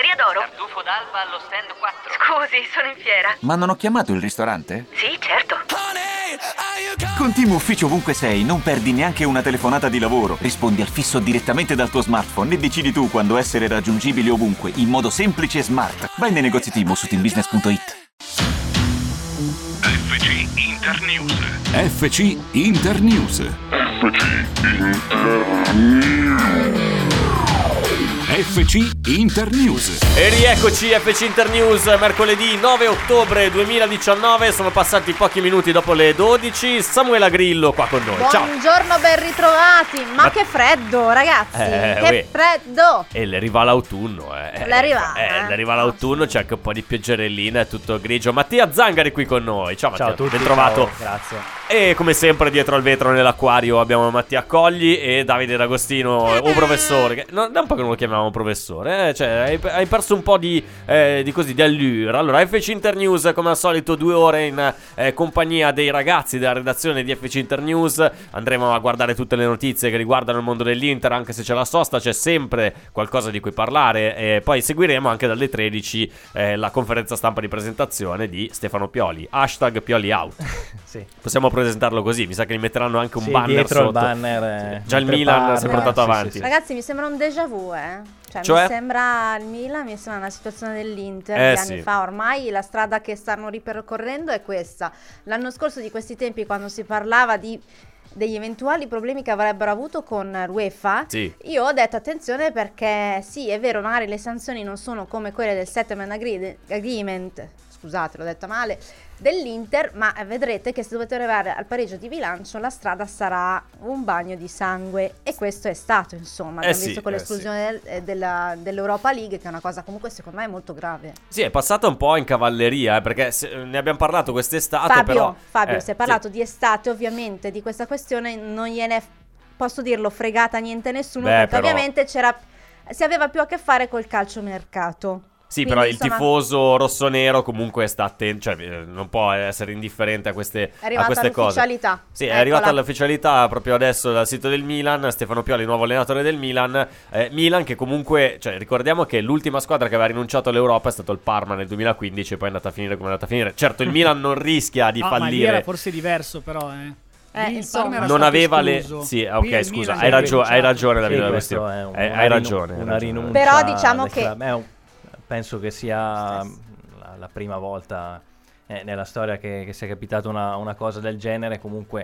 Osteria d'Oro. Tartufo d'alba allo stand 4. Scusi, sono in fiera. Ma non ho chiamato il ristorante? Sì, certo. Con Team Ufficio ovunque sei, non perdi neanche una telefonata di lavoro. Rispondi al fisso direttamente dal tuo smartphone e decidi tu quando essere raggiungibile ovunque, in modo semplice e smart. Vai nei negozi Team o su teambusiness.it. FC Internews. FC Internews. FC Internews. E rieccoci, FC Internews, mercoledì 9 ottobre 2019. Sono passati pochi minuti dopo le 12. Samuela Grillo qua con noi. Ciao. Buongiorno, ben ritrovati. Ma che freddo, ragazzi. Che freddo. E le arriva l'autunno. Le arriva l'autunno, c'è anche un po' di pioggerellina, è tutto grigio. Mattia Zangari qui con noi. Ciao Mattia. Ciao a tutti. Ben trovato. Ciao, grazie. E come sempre dietro al vetro nell'acquario abbiamo Mattia Cogli e Davide D'Agostino, un professore. Che da un po' che non lo chiamiamo professore, cioè hai perso un po' di allure. Allora, FC Internews come al solito 2 ore in compagnia dei ragazzi della redazione di FC Internews. Andremo a guardare tutte le notizie che riguardano il mondo dell'Inter, anche se c'è la sosta, c'è sempre qualcosa di cui parlare. E poi seguiremo anche dalle 13 la conferenza stampa di presentazione di Stefano Pioli. #Pioli out. Sì. Possiamo presentarlo così, mi sa che gli metteranno anche un banner dietro sotto. il banner. Già il Milan si è portato avanti. Sì. Ragazzi, mi sembra un déjà vu, Cioè? Mi sembra il Milan, mi sembra una situazione dell'Inter di anni fa. Ormai la strada che stanno ripercorrendo è questa. L'anno scorso di questi tempi, quando si parlava degli eventuali problemi che avrebbero avuto con l'UEFA, sì, io ho detto attenzione, perché sì, è vero, magari le sanzioni non sono come quelle del settlement agreement, scusate, l'ho detta male, dell'Inter, ma vedrete che se dovete arrivare al pareggio di bilancio la strada sarà un bagno di sangue, e questo è stato, insomma, abbiamo visto con l'esclusione dell'Europa League, che è una cosa comunque secondo me molto grave. Sì, è passata un po' in cavalleria, perché ne abbiamo parlato quest'estate. Fabio, si è parlato di estate, ovviamente di questa questione non gliene, posso dirlo, fregata niente a nessuno, perché ovviamente si aveva più a che fare col calciomercato. Sì, quindi, però insomma, il tifoso rossonero comunque sta attento, cioè non può essere indifferente a queste cose. È arrivata all'ufficialità. Sì, è arrivata all'ufficialità proprio adesso dal sito del Milan. Stefano Pioli, nuovo allenatore del Milan. Milan che comunque, cioè, ricordiamo che l'ultima squadra che aveva rinunciato all'Europa è stato il Parma nel 2015 e poi è andata a finire come è andata a finire. Certo, il Milan non rischia di fallire. Ma lì era forse diverso, però, non aveva le. Sì, ok, scusa, hai ragione Davide D'Agostino. Hai ragione. Una rinuncia. Però diciamo che penso che sia la prima volta nella storia che sia capitata una cosa del genere. Comunque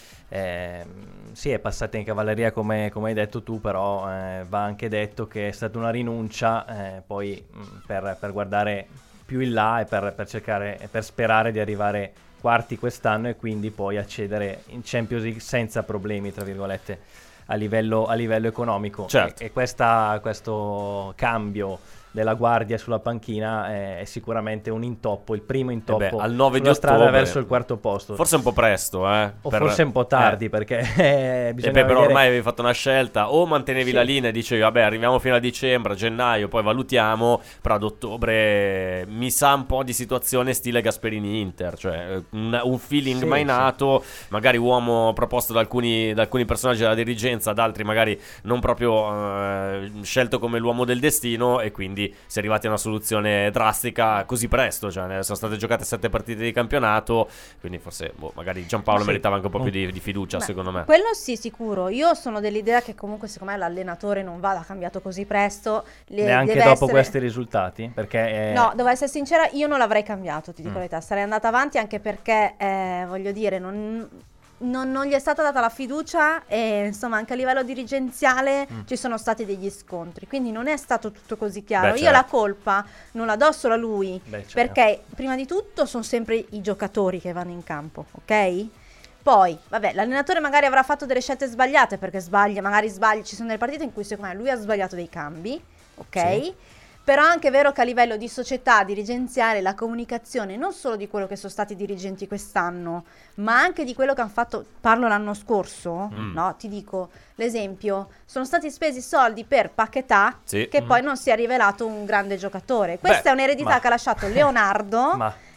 sì, è passata in cavalleria come hai detto tu, però va anche detto che è stata una rinuncia poi per guardare più in là e per cercare e per sperare di arrivare quarti quest'anno e quindi poi accedere in Champions League senza problemi, tra virgolette, a livello economico. Certo. E questo cambio della guardia sulla panchina è sicuramente un intoppo, il primo intoppo al 9 sulla di strada ottobre, verso il quarto posto. Forse un po' presto, o forse un po' tardi, perché bisogna però ormai avevi fatto una scelta, o mantenevi la linea e dicevi vabbè, arriviamo fino a dicembre, gennaio, poi valutiamo, però ad ottobre mi sa un po' di situazione stile Gasperini Inter, cioè un feeling mai nato, magari uomo proposto da alcuni personaggi della dirigenza, ad altri magari non proprio scelto come l'uomo del destino, e quindi si è arrivati a una soluzione drastica così presto. Cioè, sono state giocate 7 partite di campionato, quindi forse magari Giampaolo meritava anche un po' più di fiducia. Secondo me quello sì, sicuro. Io sono dell'idea che comunque secondo me l'allenatore non vada cambiato così presto, neanche dopo questi risultati, perché no, devo essere sincera, io non l'avrei cambiato, ti dico la verità, sarei andata avanti, anche perché voglio dire, non gli è stata data la fiducia e insomma anche a livello dirigenziale ci sono stati degli scontri, quindi non è stato tutto così chiaro. Io la colpa non la do solo a lui, perché prima di tutto sono sempre i giocatori che vanno in campo, ok? Poi, vabbè, l'allenatore magari avrà fatto delle scelte sbagliate, perché magari sbaglia, ci sono delle partite in cui secondo me lui ha sbagliato dei cambi, ok? Sì. Però è anche vero che a livello di società dirigenziale la comunicazione, non solo di quello che sono stati i dirigenti quest'anno, ma anche di quello che hanno fatto, parlo l'anno scorso, no? Ti dico l'esempio, sono stati spesi soldi per Paquetá, che poi non si è rivelato un grande giocatore. Questa è un'eredità che ha lasciato Leonardo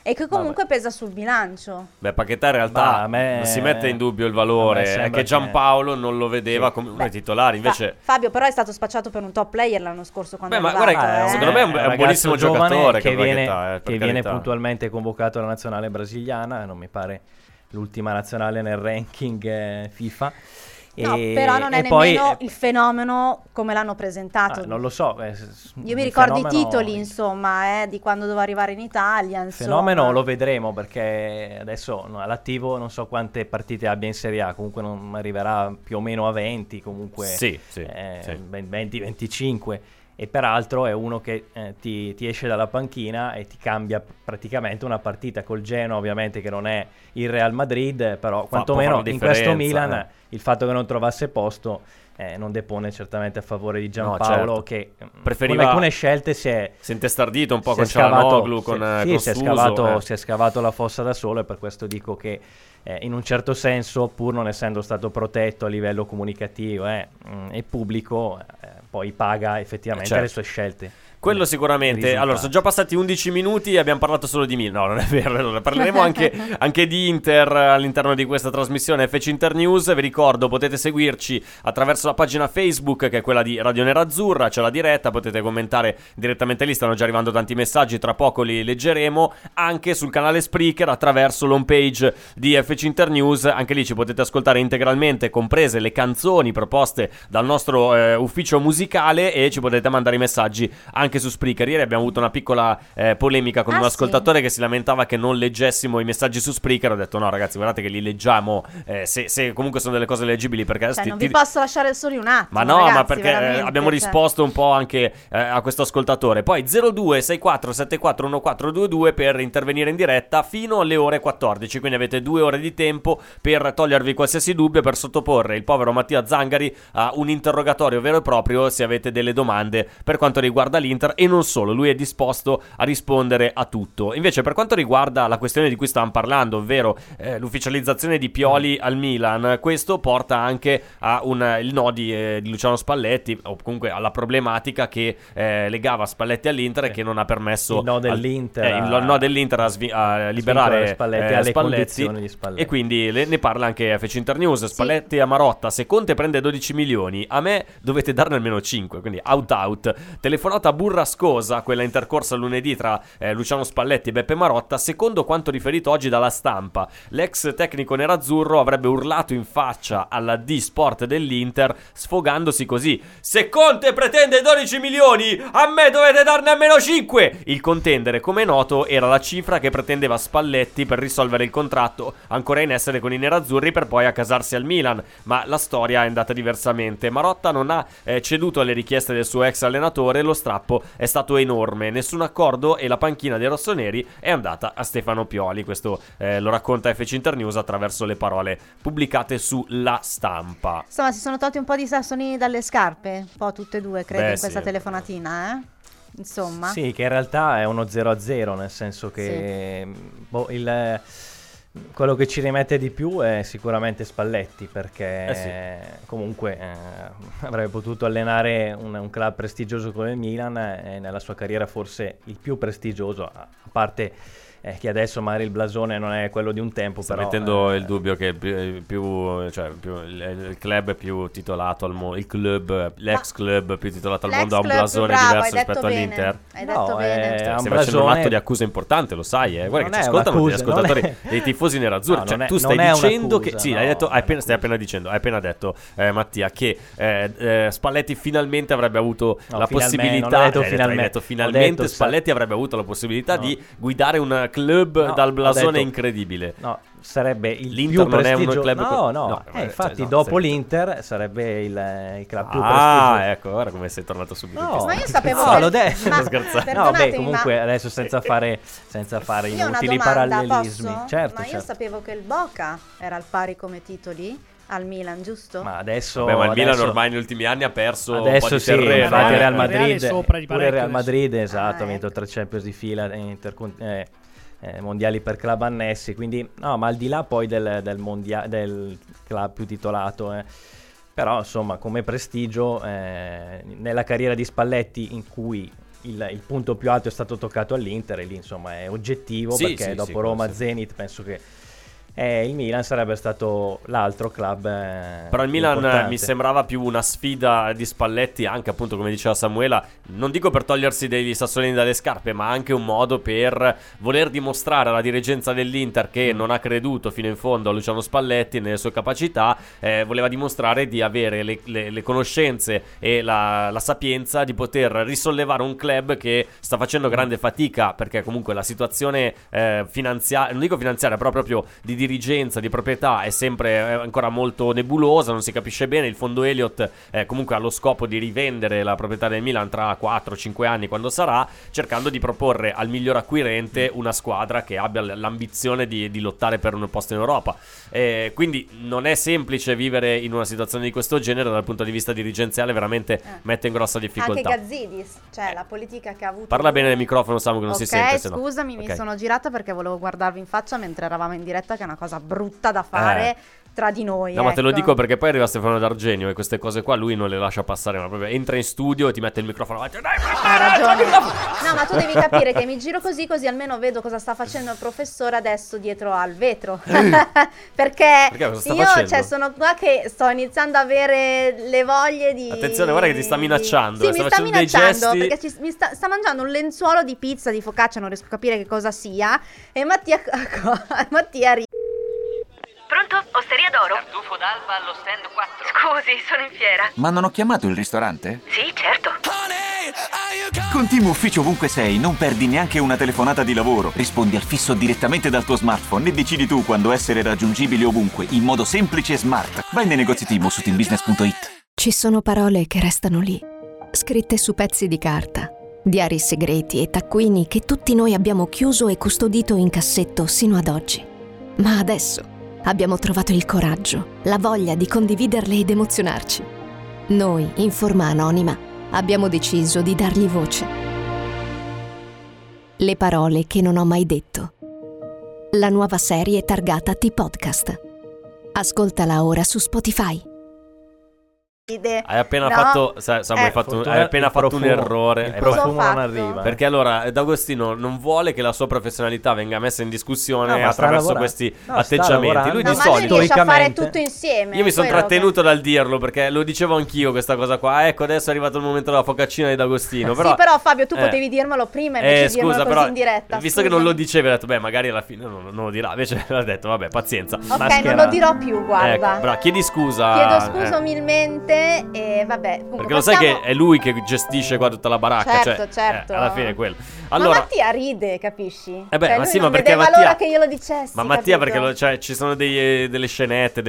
e che comunque pesa sul bilancio. Beh, Paquetá in realtà a me- non si mette in dubbio il a me valore, è sembra che Giampaolo non lo vedeva come uno dei titolari, invece... Fabio però è stato spacciato per un top player l'anno scorso quando Beh, è ma arrivato, guarda, secondo me è un ragazzo buonissimo giovane giocatore che viene, Paquetá, per che viene carità. puntualmente convocato alla nazionale brasiliana, non mi pare l'ultima nazionale nel ranking FIFA. No, però non è nemmeno il fenomeno come l'hanno presentato. Non lo so. Io mi ricordo i titoli, insomma, di quando doveva arrivare in Italia. Il fenomeno lo vedremo, perché adesso all'attivo non so quante partite abbia in Serie A, comunque non arriverà più o meno a 20, comunque sì. 20-25. E peraltro è uno che ti esce dalla panchina e ti cambia praticamente una partita. Col Genoa ovviamente, che non è il Real Madrid, però quantomeno in questo Milan il fatto che non trovasse posto non depone certamente a favore di Giampaolo, certo. che preferiva, con alcune scelte si è intestardito un po' con Cialanoglu, con si è scavato la fossa da solo, e per questo dico che in un certo senso, pur non essendo stato protetto a livello comunicativo e pubblico, poi paga effettivamente le sue scelte. Quello sicuramente. Allora, sono già passati 11 minuti e abbiamo parlato solo di Milan. No, non è vero. Allora, parleremo anche di Inter all'interno di questa trasmissione FC Inter News. Vi ricordo, potete seguirci attraverso la pagina Facebook, che è quella di Radio Nerazzurra. C'è la diretta, potete commentare direttamente lì. Stanno già arrivando tanti messaggi, tra poco li leggeremo. Anche sul canale Spreaker, attraverso l'home page di FC Inter News. Anche lì ci potete ascoltare integralmente, comprese le canzoni proposte dal nostro ufficio musicale, e ci potete mandare i messaggi anche su Spreaker. Ieri abbiamo avuto una piccola polemica con un ascoltatore che si lamentava che non leggessimo i messaggi su Spreaker. Ho detto no ragazzi, guardate che li leggiamo se comunque sono delle cose leggibili, perché non vi posso lasciare soli un attimo, ma no, ragazzi, ma perché abbiamo risposto un po' anche a questo ascoltatore. Poi 0264741422 per intervenire in diretta fino alle ore 14, quindi avete 2 ore di tempo per togliervi qualsiasi dubbio, per sottoporre il povero Mattia Zangari a un interrogatorio vero e proprio se avete delle domande per quanto riguarda l'Inter. E non solo, lui è disposto a rispondere a tutto. Invece, per quanto riguarda la questione di cui stavamo parlando, ovvero l'ufficializzazione di Pioli al Milan, questo porta anche a il no di Luciano Spalletti, o comunque alla problematica che legava Spalletti all'Inter e che non ha permesso il no dell'Inter a liberare Spalletti alle condizioni di Spalletti. E quindi ne parla anche FC Inter News. Spalletti a Marotta: se Conte prende 12 milioni, a me dovete darne almeno 5, quindi out. Telefonata burrascosa, quella intercorsa lunedì tra Luciano Spalletti e Beppe Marotta. Secondo quanto riferito oggi dalla Stampa, l'ex tecnico nerazzurro avrebbe urlato in faccia alla D-Sport dell'Inter, sfogandosi così: se Conte pretende 12 milioni, a me dovete darne almeno 5. Il contendere, come è noto, era la cifra che pretendeva Spalletti per risolvere il contratto ancora in essere con i nerazzurri, per poi accasarsi al Milan. Ma la storia è andata diversamente. Marotta non ha ceduto alle richieste del suo ex allenatore. Lo strappo è stato enorme, nessun accordo, e la panchina dei rossoneri è andata a Stefano Pioli. Questo lo racconta FC Inter News attraverso le parole pubblicate sulla Stampa. Insomma, si sono tolti un po' di sassolini dalle scarpe, un po' tutte e due, credo, in questa sì, telefonatina, insomma. Sì, che in realtà è uno 0-0, nel senso che quello che ci rimette di più è sicuramente Spalletti, perché comunque avrebbe potuto allenare un club prestigioso come il Milan, e nella sua carriera forse il più prestigioso, a parte che adesso magari il blasone non è quello di un tempo. Sta però, mettendo il dubbio che il club più titolato al mondo, l'ex club più titolato al mondo ha un blasone diverso rispetto all'Inter. Hai detto bene. Stai facendo un atto di accusa importante, lo sai, Guarda che ci ascoltano gli ascoltatori dei tifosi nerazzurri. Tu stai dicendo che hai appena detto Mattia, che Spalletti finalmente avrebbe avuto la possibilità. Hai detto finalmente Spalletti avrebbe avuto la possibilità di guidare un club dal blasone incredibile. No, sarebbe il l'Inter più non prestigioso. è un club infatti dopo l'Inter sarebbe il club più prestigioso. Ecco, guarda come sei tornato subito. Ma io sapevo l'ho detto. Comunque adesso senza fare io inutili parallelismi. Posso? Certo, io sapevo che il Boca era al pari come titoli al Milan, giusto? Ma adesso ma il Milan ormai negli ultimi anni ha perso adesso un po' di terreno. infatti il Real Madrid, sopra di pure Real parecchio Madrid, esatto, ha vinto ecco. 3 Champions di fila, mondiali per club annessi, quindi no, ma al di là poi del club più titolato, però insomma come prestigio nella carriera di Spalletti, in cui il punto più alto è stato toccato all'Inter, e lì insomma è oggettivo, Sì, perché sì, dopo sì, Roma, sì. Zenit, penso che il Milan sarebbe stato l'altro club Però il Milan importante. mi sembrava più una sfida di Spalletti, anche appunto come diceva Samuela, non dico per togliersi degli sassolini dalle scarpe, ma anche un modo per voler dimostrare alla dirigenza dell'Inter, che non ha creduto fino in fondo a Luciano Spalletti nelle sue capacità, voleva dimostrare di avere le conoscenze e la sapienza di poter risollevare un club che sta facendo grande fatica, perché comunque la situazione finanziaria, non dico finanziaria, però proprio di dirigenza, di proprietà è sempre ancora molto nebulosa, non si capisce bene. Il fondo Elliott comunque ha lo scopo di rivendere la proprietà del Milan tra 4-5 anni, quando sarà, cercando di proporre al miglior acquirente una squadra che abbia l'ambizione di lottare per un posto in Europa. Quindi non è semplice vivere in una situazione di questo genere, dal punto di vista dirigenziale veramente mette in grossa difficoltà. Anche Gazzidis, cioè la politica che ha avuto. Parla bene del microfono, Samu, che non si sente. Ok, sennò. scusami, Ok. mi sono girata perché volevo guardarvi in faccia mentre eravamo in diretta, che è una cosa brutta da fare tra di noi. No, ma te lo ecco. dico perché poi arriva Stefano D'Argenio e queste cose qua lui non le lascia passare, ma proprio entra in studio e ti mette il microfono avanti. Dai, Ha ragione. No, ma tu devi capire che mi giro così almeno vedo cosa sta facendo il professore adesso dietro al vetro. Perché cosa sta io, facendo? cioè, sono qua che sto iniziando a avere le voglie di. Attenzione, guarda che ti sta minacciando, Sì, sta mi sta facendo dei minacciando gesti. perché mi sta mangiando un lenzuolo di pizza di focaccia, non riesco a capire che cosa sia. E Mattia Pronto? Osteria d'oro? Tartufo d'alba allo stand 4. Scusi, sono in fiera. Ma non ho chiamato il ristorante? Sì, certo. Con Team Ufficio ovunque sei non perdi neanche una telefonata di lavoro. Rispondi al fisso direttamente dal tuo smartphone e decidi tu quando essere raggiungibile ovunque, in modo semplice e smart. Vai nei negozi Team o su teambusiness.it. Ci sono parole che restano lì, scritte su pezzi di carta, diari segreti e taccuini che tutti noi abbiamo chiuso e custodito in cassetto sino ad oggi. Ma adesso abbiamo trovato il coraggio, la voglia di condividerle ed emozionarci. Noi, in forma anonima, abbiamo deciso di dargli voce. Le parole che non ho mai detto. La nuova serie targata T-Podcast. Ascoltala ora su Spotify. Hai appena No. fatto, Samu, hai appena fatto un errore. Il Hai profumo Cosa ho non fatto? arriva. Perché allora D'Agostino non vuole che la sua professionalità venga messa in discussione No, ma sta attraverso lavorando. questi No, sta atteggiamenti. lavorando. Lui No, di ma lui solito riesce a fare storicamente- tutto insieme. io mi sono quello trattenuto dal dirlo, perché lo dicevo anch'io questa cosa qua. Ecco, adesso è arrivato il momento della focaccina di D'Agostino. Sì, però Fabio, tu Eh. potevi dirmelo prima invece di dirmelo scusa, così però in diretta. visto che non lo dicevi, ho detto, beh, magari alla fine non lo dirà. Invece l'ha detto, vabbè, pazienza. Ok, non Mascherato. lo dirò più, guarda. Ecco, bravo, chiedi scusa. Chiedo scusa umilmente e vabbè. Comunque Perché lo sai che è lui che gestisce qua tutta la baracca. Certo, certo. Alla fine è quello. Ma Allora, Mattia ride, capisci? Eh beh, Cioè, ma lui sì, ma non perché vedeva Mattia- l'ora che io lo dicessi. ma Mattia, capito? perché ci sono delle scenette,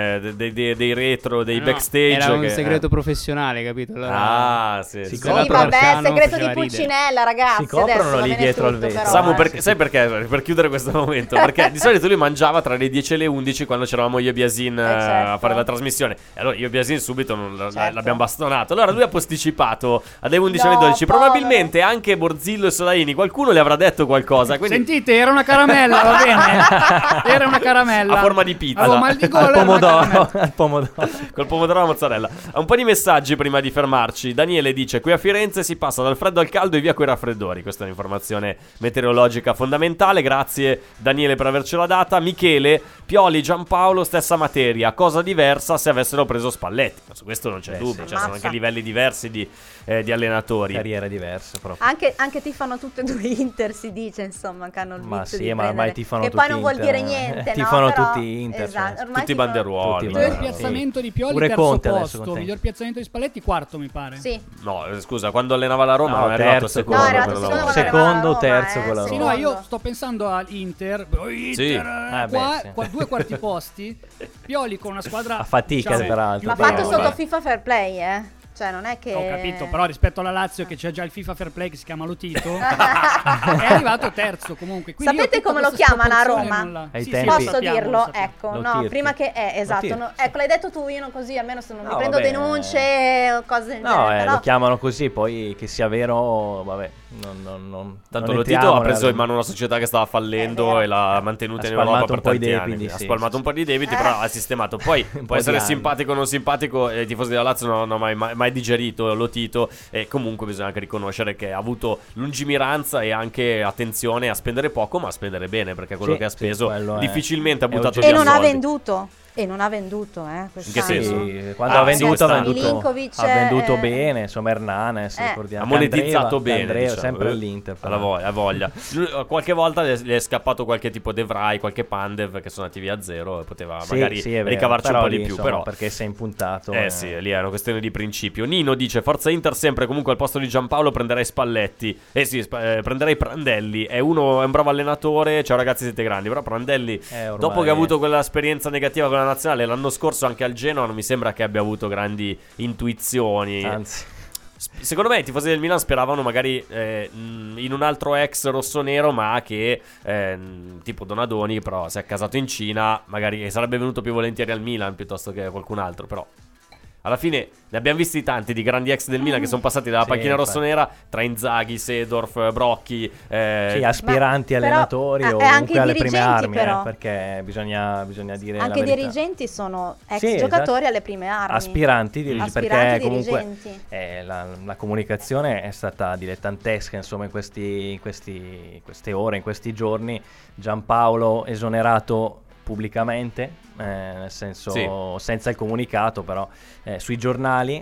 dei retro, dei No, backstage. era un che- segreto professionale, capito? Allora, Ah, sì. Si sì. Sì, L'altro vabbè, Marciano segreto di faceva ridere. Pulcinella, ragazzi. Si coprono adesso va lì bene dietro al tutto, vetro. però, Samu, eh. sai perché? Per chiudere questo momento, perché di solito lui mangiava tra le 10 e le 11 quando c'eravamo io e Biasin certo. a fare la trasmissione. E allora io e Biasin subito Certo. l'abbiamo bastonato. Allora lui ha posticipato alle 11 alle 12. No, Probabilmente anche Borzillo e Solaini, qualcuno le avrà detto qualcosa. Quindi Sentite, era una caramella, va bene? Era una caramella. a forma di pizza. Avevo mal di Al gola. era una caramella. pomodoro, al pomodoro. Col pomodoro alla mozzarella. Un po' di messaggi prima di fermarci. Daniele dice: qui a Firenze si passa dal freddo al caldo e via coi raffreddori. Questa è un'informazione meteorologica fondamentale. Grazie Daniele per avercela data. Michele, Pioli, Giampaolo, stessa materia, cosa diversa se avessero preso Spalletti. Ma su questo non c'è Beh, dubbio. sì. Cioè, sono Mazza. anche livelli diversi di allenatori. Carriere diverse proprio. Anche tifano tutte e due Inter, si dice, insomma, che hanno il Ma vizio sì, di ma ormai prendere- tifano che tutti poi non vuol Inter, dire niente, no? tifano Però- tutti Inter, esatto, cioè, ormai tutti i tifano- banderuoli. Tutti i Miglior banderuoli. piazzamento di Pioli, Pure terzo Conte adesso posto. contento. Miglior piazzamento di Spalletti, quarto mi pare. Sì. No, scusa, quando allenava la Roma No, non è arrivato terzo, secondo. No, è arrivato quello secondo là. quando Secondo, arrivava la Roma, terzo con la Sì, Roma. no, io sto pensando all'Inter. Inter, beh, qua, sì. qua 2 quarti posti. Pioli con una squadra A fatica, diciamo, peraltro. Ma più fatto piccola. sotto FIFA Fair Play, Cioè, non è che... Ho capito, però rispetto alla Lazio che c'è già il FIFA Fair Play che si chiama Lotito, è arrivato terzo comunque. Quindi Sapete io tutta come lo questa chiamano a sproporzione Roma? non la- Ai Sì, tempi- lo Posso sappiamo, lo dirlo? sappiamo. Ecco, Lo no, tirchi. prima che... esatto, tirchi. ecco, l'hai detto tu, io non così, almeno se non mi No, prendo vabbè, denunce o cose del No, genere, però... lo chiamano così, poi che sia vero, vabbè. Tanto Lotito ha preso in mano una società che stava fallendo e l'ha mantenuta in Europa per tanti anni. Ha spalmato un po' di debiti, però ha sistemato. Poi può essere simpatico o non simpatico, i tifosi della Lazio non hanno mai digerito Lotito, e comunque bisogna anche riconoscere che ha avuto lungimiranza e anche attenzione a spendere poco ma a spendere bene, perché quello che ha speso difficilmente ha buttato via soldi. E non ha venduto, In che senso? Quando ha venduto bene, bene, insomma Hernanes, ricordiamo. Ha monetizzato bene, Andrea, sempre all'Inter. Ha voglia. Qualche volta gli è scappato qualche tipo De Vrij, qualche Pandev che sono andati via a zero e poteva magari ricavarci un po' di più, insomma, però perché sei impuntato. Sì, lì è una questione di principio. Nino dice: Forza Inter sempre, comunque al posto di Giampaolo prenderei Spalletti. Prenderei Prandelli. È un bravo allenatore. Ciao ragazzi, siete grandi. Però Prandelli, dopo che ha avuto quell'esperienza negativa con la nazionale l'anno scorso anche al Genoa, non mi sembra che abbia avuto grandi intuizioni. Anzi, secondo me i tifosi del Milan speravano magari in un altro ex rossonero, ma che tipo Donadoni, però si è accasato in Cina, magari sarebbe venuto più volentieri al Milan piuttosto che qualcun altro. Però alla fine ne abbiamo visti tanti di grandi ex del Milan che sono passati dalla panchina rossonera, tra Inzaghi, Seedorf, Brocchi, aspiranti allenatori o comunque alle prime armi, perché bisogna dire anche la i dirigenti sono ex giocatori alle prime armi, aspiranti perché comunque la comunicazione è stata dilettantesca, insomma, in queste ore, in questi giorni. Giampaolo esonerato pubblicamente, nel senso senza il comunicato, però sui giornali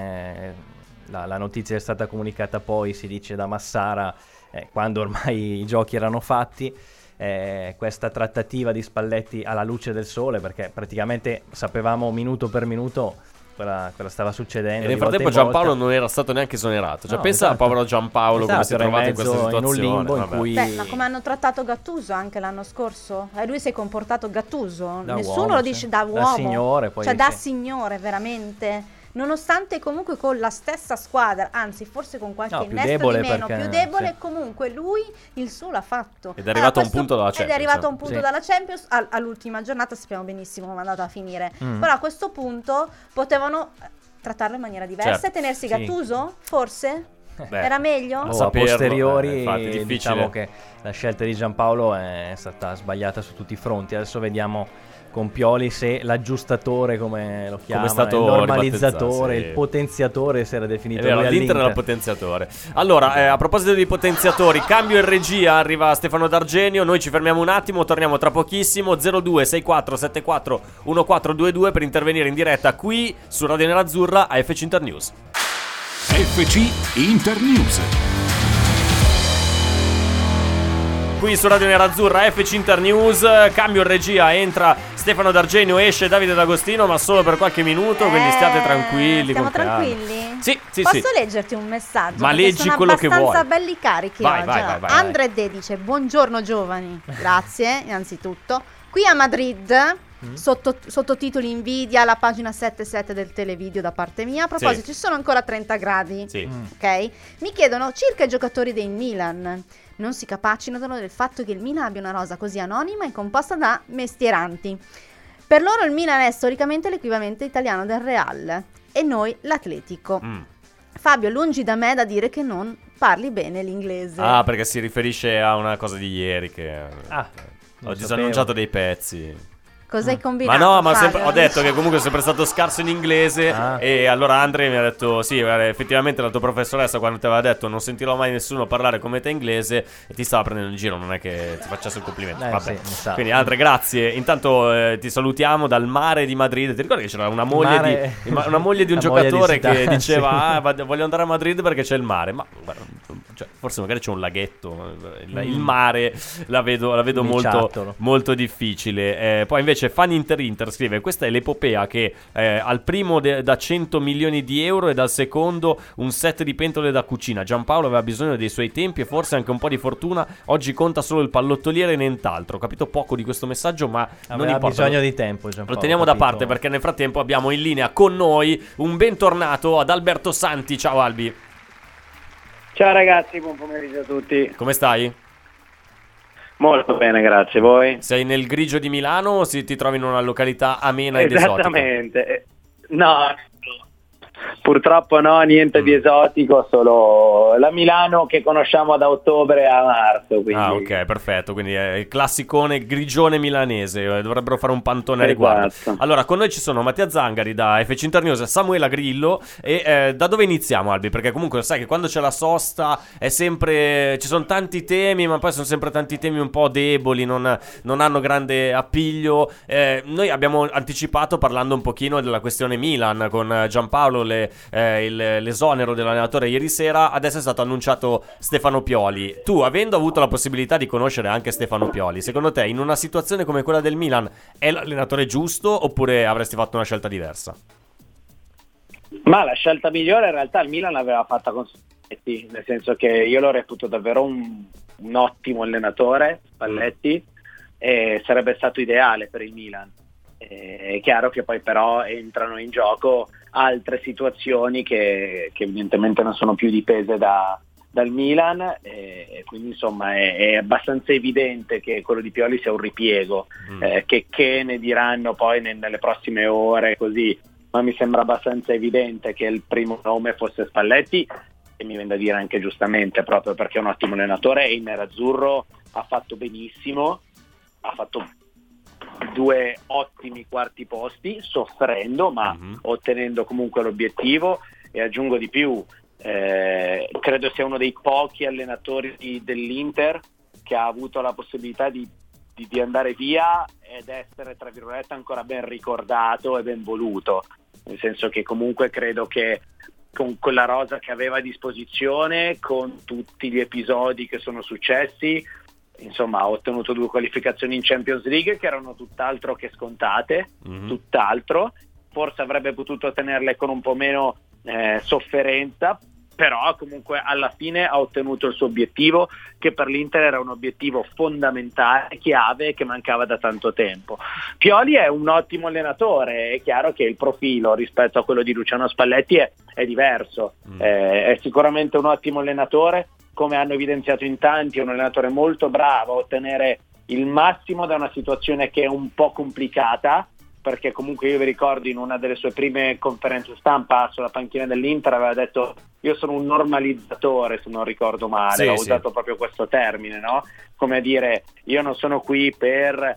la notizia è stata comunicata poi, si dice, da Massara quando ormai i giochi erano fatti. Questa trattativa di Spalletti alla luce del sole, perché praticamente sapevamo minuto per minuto cosa stava succedendo. E nel frattempo Giampaolo non era stato neanche esonerato. Cioè, pensa al povero Giampaolo come si è trovato in questa situazione. In un limbo in cui... ma come hanno trattato Gattuso anche l'anno scorso? Lui si è comportato Gattuso. Nessuno uomo, lo dice da uomo. Da signore, poi da signore, veramente. Nonostante comunque con la stessa squadra, anzi forse con qualche innesto di meno, più debole, comunque lui il suo l'ha fatto. Ed è arrivato a un punto dalla Champions. Ed è arrivato a un punto dalla Champions, all'ultima giornata sappiamo benissimo come è andata a finire. Però a questo punto potevano trattarlo in maniera diversa e tenersi Gattuso, forse? Era meglio? A posteriori, infatti, diciamo che la scelta di Giampaolo è stata sbagliata su tutti i fronti. Adesso vediamo con Pioli se l'aggiustatore, come lo chiama, il normalizzatore, il potenziatore, si era definito lui l'Inter era il potenziatore. Allora, a proposito di potenziatori, cambio in regia, arriva Stefano D'Argenio, noi ci fermiamo un attimo, torniamo tra pochissimo. 026474 1422 per intervenire in diretta qui su Radio Nerazzurra a FC Internews. FC Internews. Qui su Radio Nerazzurra, FC Internews, cambio in regia, entra Stefano D'Argenio, esce Davide D'Agostino, ma solo per qualche minuto, quindi stiate tranquilli. Stiamo tranquilli? Sì. Posso leggerti un messaggio? Ma leggi quello che vuoi. Sono abbastanza belli carichi oggi. Vai. Andre De dice: buongiorno giovani, grazie innanzitutto. Qui a Madrid, sottotitoli invidia, la pagina 77 del televideo da parte mia. A proposito, ci sono ancora 30 gradi, ok? Mi chiedono circa i giocatori del Milan. Non si capacitano del fatto che il Milan abbia una rosa così anonima e composta da mestieranti. Per loro il Milan è storicamente l'equivalente italiano del Real e noi l'Atletico. Fabio, lungi da me da dire che non parli bene l'inglese. Perché si riferisce a una cosa di ieri che oggi si è annunciato dei pezzi. Cosa hai combinato? Ma no, ho detto che comunque è sempre stato scarso in inglese. E allora Andre mi ha detto: sì, effettivamente la tua professoressa quando ti aveva detto non sentirò mai nessuno parlare come te inglese, e ti stava prendendo in giro, non è che ti facesse un complimento. Vabbè. Quindi Andre, grazie. Intanto ti salutiamo dal mare di Madrid. Ti ricordi che c'era una moglie di un giocatore che diceva voglio andare a Madrid perché c'è il mare. Ma guarda, forse magari c'è un laghetto. Il mare la vedo molto difficile. Poi invece Fan Inter scrive: questa è l'epopea che al primo da 100 milioni di euro e dal secondo un set di pentole da cucina. Giampaolo aveva bisogno dei suoi tempi e forse anche un po' di fortuna. Oggi conta solo il pallottoliere e nient'altro. Ho capito poco di questo messaggio, ma non importa, bisogno di tempo, Giampaolo, lo teniamo da parte, perché nel frattempo abbiamo in linea con noi un bentornato ad Alberto Santi. Ciao Albi. Ciao ragazzi, buon pomeriggio a tutti. Come stai? Molto bene, grazie. Voi? Sei nel grigio di Milano o ti trovi in una località amena ed esotica? Esattamente. No, Purtroppo no, niente di esotico, solo la Milano che conosciamo da ottobre a marzo. Quindi... Ah, ok, perfetto. Quindi è il classicone grigione milanese. Dovrebbero fare un pantone a riguardo. Esatto. Allora, con noi ci sono Mattia Zangari da FC Internews, Samuela Grillo. E da dove iniziamo, Albi? Perché comunque sai che quando c'è la sosta è sempre... ci sono tanti temi, ma poi sono sempre tanti temi un po' deboli, non hanno grande appiglio. Noi abbiamo anticipato parlando un pochino della questione Milan con Giampaolo, l'esonero dell'allenatore ieri sera. Adesso è stato annunciato Stefano Pioli. Tu, avendo avuto la possibilità di conoscere anche Stefano Pioli, secondo te in una situazione come quella del Milan è l'allenatore giusto oppure avresti fatto una scelta diversa? Ma la scelta migliore in realtà il Milan l'aveva fatta con Spalletti, nel senso che io lo reputo davvero un ottimo allenatore, Spalletti, e sarebbe stato ideale per il Milan. È chiaro che poi però entrano in gioco altre situazioni che evidentemente non sono più dipese dal Milan, e quindi insomma è abbastanza evidente che quello di Pioli sia un ripiego, che ne diranno poi nelle prossime ore così, ma mi sembra abbastanza evidente che il primo nome fosse Spalletti, e mi viene da dire anche giustamente, proprio perché è un ottimo allenatore e il nerazzurro ha fatto benissimo, ha fatto 2 ottimi quarti posti, soffrendo ma ottenendo comunque l'obiettivo. E aggiungo di più, credo sia uno dei pochi allenatori dell'Inter che ha avuto la possibilità di andare via ed essere tra virgolette ancora ben ricordato e ben voluto, nel senso che comunque credo che con quella rosa che aveva a disposizione, con tutti gli episodi che sono successi, insomma ha ottenuto 2 qualificazioni in Champions League che erano tutt'altro che scontate, tutt'altro. Forse avrebbe potuto ottenerle con un po' meno sofferenza, però comunque alla fine ha ottenuto il suo obiettivo, che per l'Inter era un obiettivo fondamentale, chiave, che mancava da tanto tempo. Pioli è un ottimo allenatore, è chiaro che il profilo rispetto a quello di Luciano Spalletti è diverso, è sicuramente un ottimo allenatore, come hanno evidenziato in tanti, è un allenatore molto bravo a ottenere il massimo da una situazione che è un po' complicata, perché comunque io vi ricordo in una delle sue prime conferenze stampa sulla panchina dell'Inter aveva detto: io sono un normalizzatore, se non ricordo male, ho usato proprio questo termine, no? Come a dire, io non sono qui per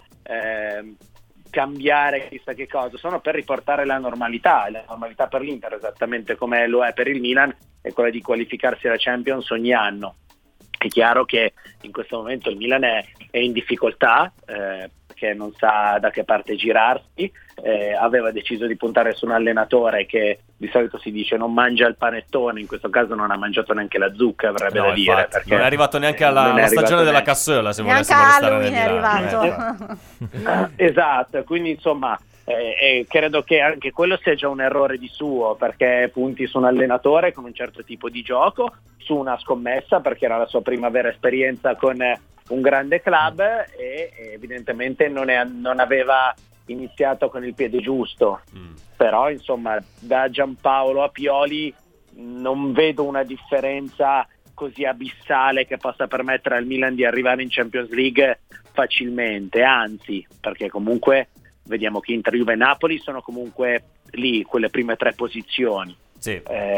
cambiare chissà che cosa, sono per riportare la normalità per l'Inter, esattamente come lo è per il Milan, è quella di qualificarsi alla Champions ogni anno. È chiaro che in questo momento il Milan è in difficoltà, perché non sa da che parte girarsi, aveva deciso di puntare su un allenatore che di solito si dice non mangia il panettone, in questo caso non ha mangiato neanche la zucca, avrebbe da dire, infatti, perché non è arrivato neanche alla stagione della cassola, se volessimo restare nel Milan. Milano. Neanche a lui è arrivato. Esatto, quindi insomma credo che anche quello sia già un errore di suo, perché punti su un allenatore con un certo tipo di gioco, su una scommessa, perché era la sua prima vera esperienza con un grande club e evidentemente non aveva iniziato con il piede giusto. Però insomma da Giampaolo a Pioli non vedo una differenza così abissale che possa permettere al Milan di arrivare in Champions League facilmente, anzi, perché comunque vediamo che Inter, Juve e Napoli sono comunque lì, quelle prime 3 posizioni. Sì.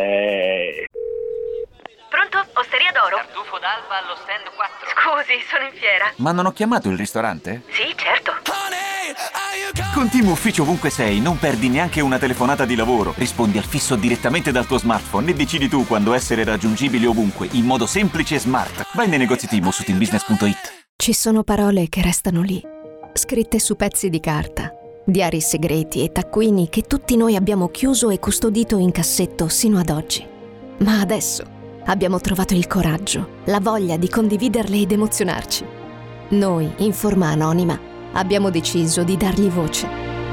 Pronto? Osteria d'Oro? Tartufo d'alba allo stand 4. Scusi, sono in fiera. Ma non ho chiamato il ristorante? Sì, certo. Con Team Ufficio ovunque sei, non perdi neanche una telefonata di lavoro. Rispondi al fisso direttamente dal tuo smartphone e decidi tu quando essere raggiungibile ovunque, in modo semplice e smart. Vai nei negozi Team o su teambusiness.it. Ci sono parole che restano lì, scritte su pezzi di carta, diari segreti e taccuini che tutti noi abbiamo chiuso e custodito in cassetto sino ad oggi. Ma adesso abbiamo trovato il coraggio, la voglia di condividerle ed emozionarci. Noi, in forma anonima, abbiamo deciso di dargli voce.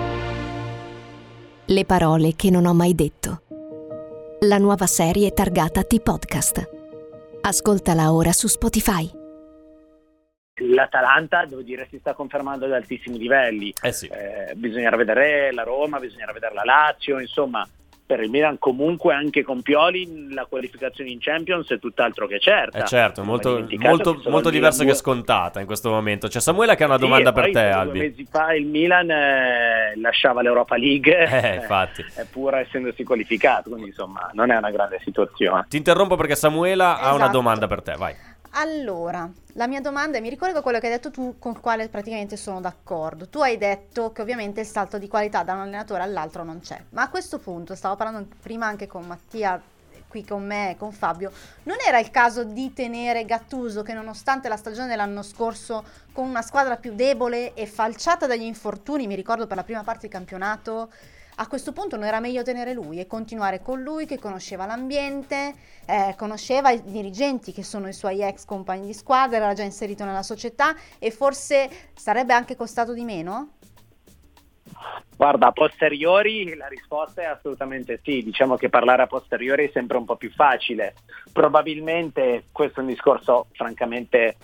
Le parole che non ho mai detto. La nuova serie targata T-Podcast. Ascoltala ora su Spotify. L'Atalanta, devo dire, si sta confermando ad altissimi livelli. Sì. Bisognerà vedere la Roma, bisognerà vedere la Lazio, insomma, per il Milan comunque anche con Pioli la qualificazione in Champions è tutt'altro che certa. Certo, molto diversa che scontata in questo momento. C'è Samuela che ha una domanda per te, Albi. 2 mesi fa il Milan lasciava l'Europa League infatti. pur essendosi qualificato, quindi insomma non è una grande situazione. Ti interrompo perché Samuela ha una domanda per te, vai. Allora, la mia domanda, mi ricordo quello che hai detto tu, con il quale praticamente sono d'accordo. Tu hai detto che ovviamente il salto di qualità da un allenatore all'altro non c'è, ma a questo punto, stavo parlando prima anche con Mattia, qui con me e con Fabio, non era il caso di tenere Gattuso, che nonostante la stagione dell'anno scorso con una squadra più debole e falciata dagli infortuni, mi ricordo per la prima parte del campionato, a questo punto non era meglio tenere lui e continuare con lui che conosceva l'ambiente, conosceva i dirigenti che sono i suoi ex compagni di squadra, era già inserito nella società e forse sarebbe anche costato di meno? Guarda, a posteriori la risposta è assolutamente sì, diciamo che parlare a posteriori è sempre un po' più facile. Probabilmente questo è un discorso francamente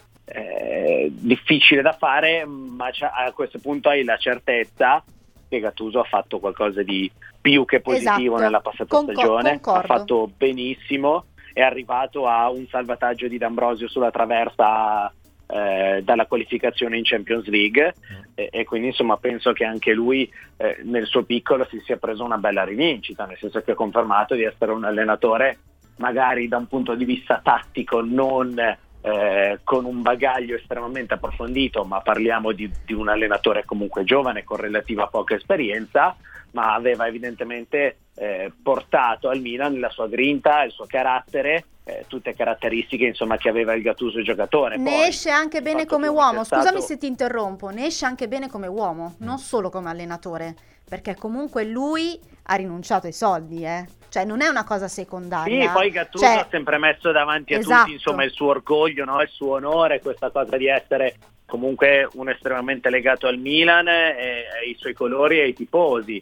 difficile da fare, ma a questo punto hai la certezza che Gattuso ha fatto qualcosa di più che positivo nella passata stagione, concordo. Ha fatto benissimo, è arrivato a un salvataggio di D'Ambrosio sulla traversa dalla qualificazione in Champions League e quindi insomma penso che anche lui nel suo piccolo si sia preso una bella rivincita, nel senso che ha confermato di essere un allenatore magari da un punto di vista tattico non con un bagaglio estremamente approfondito, ma parliamo di un allenatore comunque giovane con relativa poca esperienza, ma aveva evidentemente portato al Milan la sua grinta, il suo carattere, tutte caratteristiche insomma che aveva il Gattuso giocatore. Ne esce anche bene come uomo, scusami se ti interrompo, ne esce anche bene come uomo, non solo come allenatore, perché comunque lui ha rinunciato ai soldi, cioè non è una cosa secondaria. Sì, poi Gattuso ha sempre messo davanti a tutti insomma il suo orgoglio, no? Il suo onore, questa cosa di essere comunque uno estremamente legato al Milan e ai suoi colori e ai tifosi.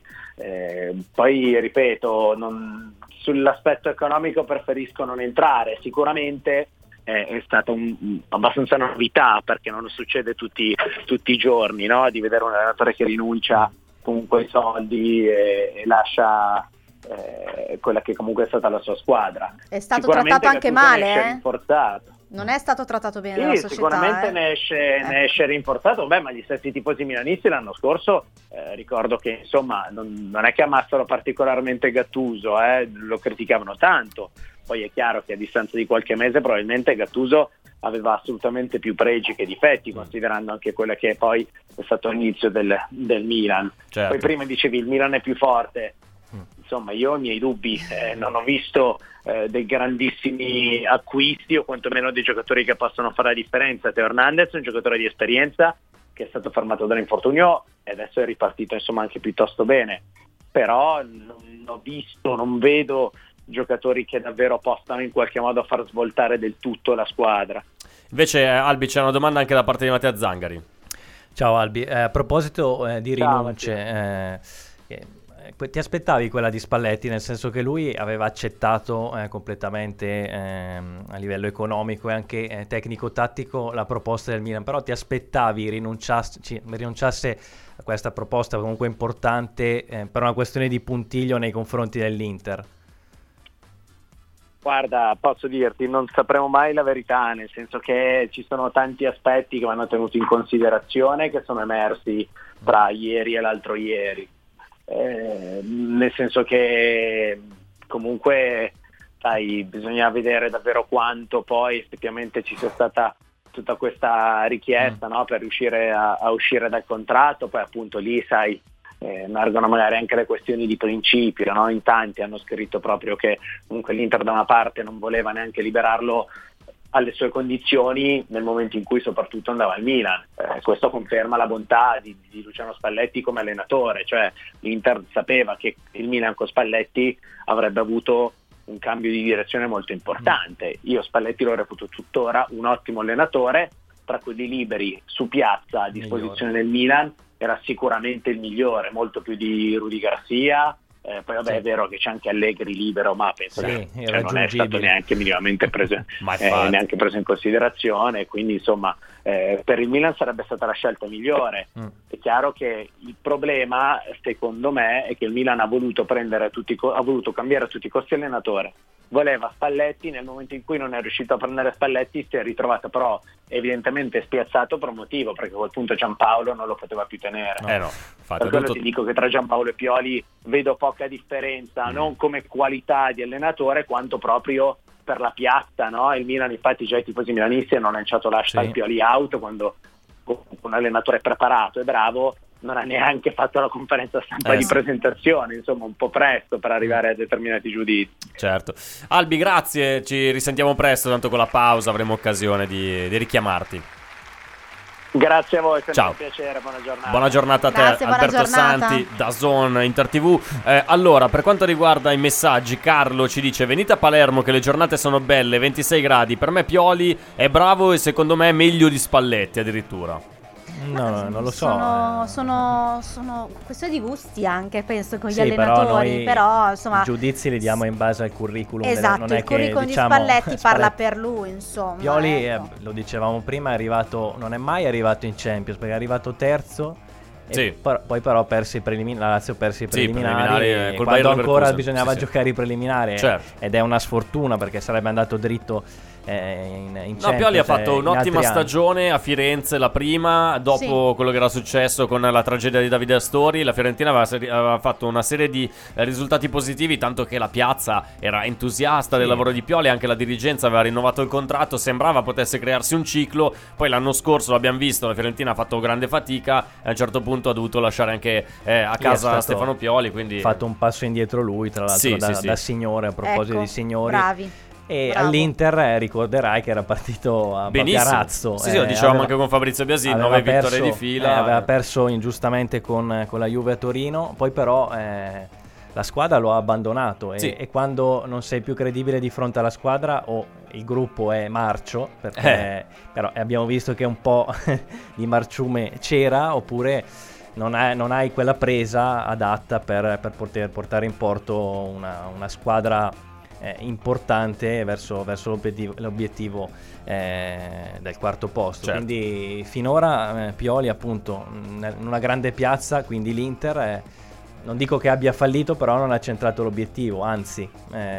Poi ripeto, sull'aspetto economico preferisco non entrare, sicuramente è stata abbastanza novità, perché non succede tutti i giorni, no? Di vedere un allenatore che rinuncia comunque ai soldi e lascia quella che comunque è stata la sua squadra. È stato trattato anche male, rinforzato. Non è stato trattato bene dalla società. Sicuramente ne esce rinforzato, ma gli stessi tifosi milanisti l'anno scorso ricordo che insomma non è che amassero particolarmente Gattuso, lo criticavano tanto. Poi è chiaro che a distanza di qualche mese probabilmente Gattuso aveva assolutamente più pregi che difetti, considerando anche quella che poi è stato l'inizio del Milan. Certo. Poi prima dicevi il Milan è più forte, insomma io ho i miei dubbi, non ho visto dei grandissimi acquisti o quantomeno dei giocatori che possono fare la differenza. Teo Hernandez è un giocatore di esperienza che è stato fermato dall'infortunio e adesso è ripartito insomma anche piuttosto bene, però non vedo giocatori che davvero possano in qualche modo far svoltare del tutto la squadra. Invece Albi, c'è una domanda anche da parte di Matteo Zangari. Ciao Albi, a proposito di rinunce, ti aspettavi quella di Spalletti, nel senso che lui aveva accettato completamente a livello economico e anche tecnico-tattico la proposta del Milan, però ti aspettavi rinunciasse a questa proposta comunque importante per una questione di puntiglio nei confronti dell'Inter? Guarda, posso dirti, non sapremo mai la verità, nel senso che ci sono tanti aspetti che vanno tenuti in considerazione, che sono emersi tra ieri e l'altro ieri. Nel senso che comunque bisogna vedere davvero quanto poi effettivamente ci sia stata tutta questa richiesta, no, per riuscire a uscire dal contratto. Poi appunto lì emergono magari anche le questioni di principio, no? In tanti hanno scritto proprio che comunque l'Inter da una parte non voleva neanche liberarlo alle sue condizioni nel momento in cui soprattutto andava al Milan. Questo conferma la bontà di Luciano Spalletti come allenatore, cioè l'Inter sapeva che il Milan con Spalletti avrebbe avuto un cambio di direzione molto importante. Io Spalletti lo reputo tuttora un ottimo allenatore, tra quelli liberi su piazza a disposizione del Milan era sicuramente il migliore, molto più di Rudy Garcia, Poi vabbè è vero che c'è anche Allegri libero, ma penso che non è stato neanche minimamente preso in considerazione, quindi insomma per il Milan sarebbe stata la scelta migliore. È chiaro che il problema secondo me è che il Milan ha voluto cambiare a tutti i costi allenatore, voleva Spalletti, nel momento in cui non è riuscito a prendere Spalletti si è ritrovato però evidentemente spiazzato per un motivo, perché a quel punto Giampaolo non lo poteva più tenere. Per quello ti dico che tra Giampaolo e Pioli vedo poca differenza, non come qualità di allenatore quanto proprio per la piazza, no? Il Milan infatti già i tifosi milanisti hanno lanciato l'hashtag Pioli out quando un allenatore preparato e bravo non ha neanche fatto la conferenza stampa di presentazione, insomma un po' presto per arrivare a determinati giudizi. Certo. Albi, grazie, ci risentiamo presto, tanto con la pausa avremo occasione di richiamarti. Grazie a voi, sempre ciao. Un piacere, buona giornata. Buona giornata a te. Grazie, Alberto Santi, DAZN, Inter TV. Allora, per quanto riguarda i messaggi, Carlo ci dice: venite a Palermo che le giornate sono belle, 26 gradi, per me Pioli è bravo e secondo me è meglio di Spalletti addirittura. No, non lo so. Sono questioni di gusti anche, penso, con gli allenatori, però insomma i giudizi li diamo in base al curriculum. Esatto, non è il curriculum che, di Spalletti parla per lui, insomma. Pioli, lo dicevamo prima, è arrivato, non è mai arrivato in Champions, perché è arrivato terzo. Poi però persi i preliminari, la Lazio persi i preliminari quando ancora bisognava giocare i preliminari, ed è una sfortuna perché sarebbe andato dritto in Champions. Pioli ha fatto un'ottima stagione a Firenze, la prima, dopo quello che era successo con la tragedia di Davide Astori. La Fiorentina aveva fatto una serie di risultati positivi, tanto che la piazza era entusiasta del lavoro di Pioli, anche la dirigenza aveva rinnovato il contratto, sembrava potesse crearsi un ciclo. Poi l'anno scorso l'abbiamo visto, la Fiorentina ha fatto grande fatica, a un certo punto ha dovuto lasciare anche a casa Stefano Pioli, quindi ha fatto un passo indietro lui, tra l'altro, da signore, a proposito di signori. Bravi. E all'Inter ricorderai che era partito a Piarazzo. Lo dicevamo anche con Fabrizio Biasin, 9 vittorie di fila. Aveva perso ingiustamente con la Juve a Torino, poi però la squadra lo ha abbandonato e quando non sei più credibile di fronte alla squadra o il gruppo è marcio, perché però abbiamo visto che un po' di marciume c'era, oppure non hai quella presa adatta per poter portare in porto una squadra importante verso l'obiettivo del quarto posto. Quindi finora Pioli appunto in una grande piazza, quindi l'Inter non dico che abbia fallito, però non ha centrato l'obiettivo, anzi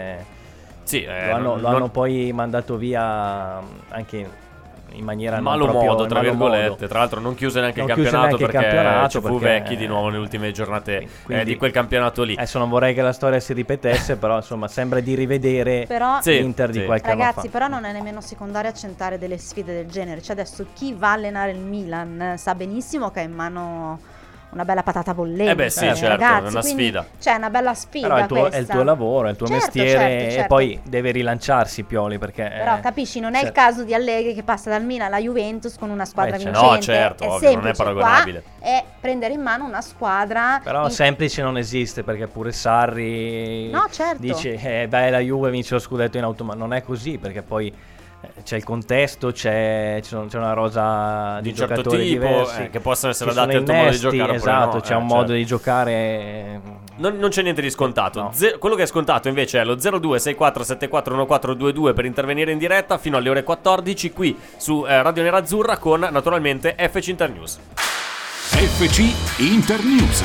lo hanno poi mandato via anche in maniera malo non proprio, modo, tra virgolette. Modo. Tra l'altro non chiuse neanche il campionato perché ci fu Vecchi di nuovo nelle ultime giornate di quel campionato lì. Adesso non vorrei che la storia si ripetesse, però insomma sembra di rivedere l'Inter di qualche anno fa. Ragazzi, però non è nemmeno secondario accentare delle sfide del genere. Cioè adesso chi va a allenare il Milan sa benissimo che ha in mano una bella patata bollente. Certo, ragazzi, è una sfida. C'è una bella sfida. Però è il tuo lavoro, è il tuo mestiere, e poi deve rilanciarsi Pioli, perché però capisci, non è il caso di Allegri che passa dal Milan alla Juventus con una squadra vincente. No, certo, è ovvio, non è paragonabile. È prendere in mano una squadra. Però semplice non esiste, perché pure Sarri dice la Juve vince lo scudetto in automatico. Non è così, perché poi c'è il contesto, c'è una rosa di certo giocatori tipo, diversi che possono essere adatti al tuo modo di giocare. Esatto, c'è un modo di giocare. Non c'è niente di scontato. Quello che è scontato invece è lo 0264741422 per intervenire in diretta fino alle ore 14 qui su Radio Nerazzurra con naturalmente FC Inter News. FC Inter News.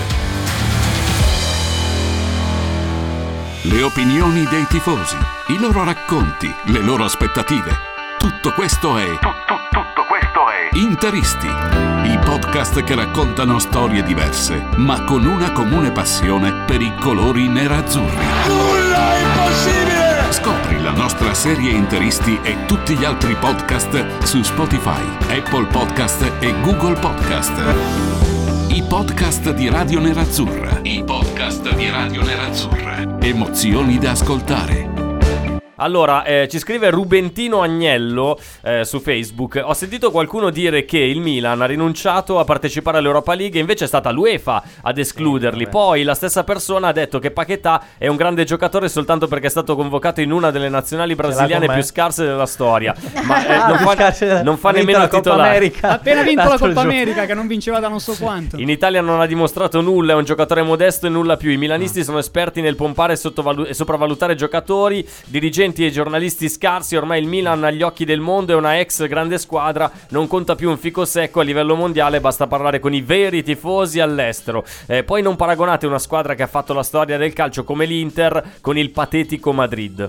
Le opinioni dei tifosi, i loro racconti, le loro aspettative. Tutto questo è Interisti, i podcast che raccontano storie diverse, ma con una comune passione per i colori nerazzurri. Nulla è impossibile! Scopri la nostra serie Interisti e tutti gli altri podcast su Spotify, Apple Podcast e Google Podcast. I podcast di Radio Nerazzurra. Emozioni da ascoltare. Allora, ci scrive Rubentino Agnello su Facebook: ho sentito qualcuno dire che il Milan ha rinunciato a partecipare all'Europa League e invece è stata l'UEFA ad escluderli. Poi la stessa persona ha detto che Paquetá è un grande giocatore soltanto perché è stato convocato in una delle nazionali brasiliane più scarse della storia. Ma non fa nemmeno titolare. Ha appena vinto la Coppa America, che non vinceva da non so quanto. In Italia non ha dimostrato nulla, è un giocatore modesto e nulla più. I milanisti sono esperti nel pompare e sopravvalutare giocatori, dirigenti e giornalisti scarsi. Ormai il Milan agli occhi del mondo è una ex grande squadra, non conta più un fico secco a livello mondiale, basta parlare con i veri tifosi all'estero. Poi non paragonate una squadra che ha fatto la storia del calcio come l'Inter con il patetico Madrid.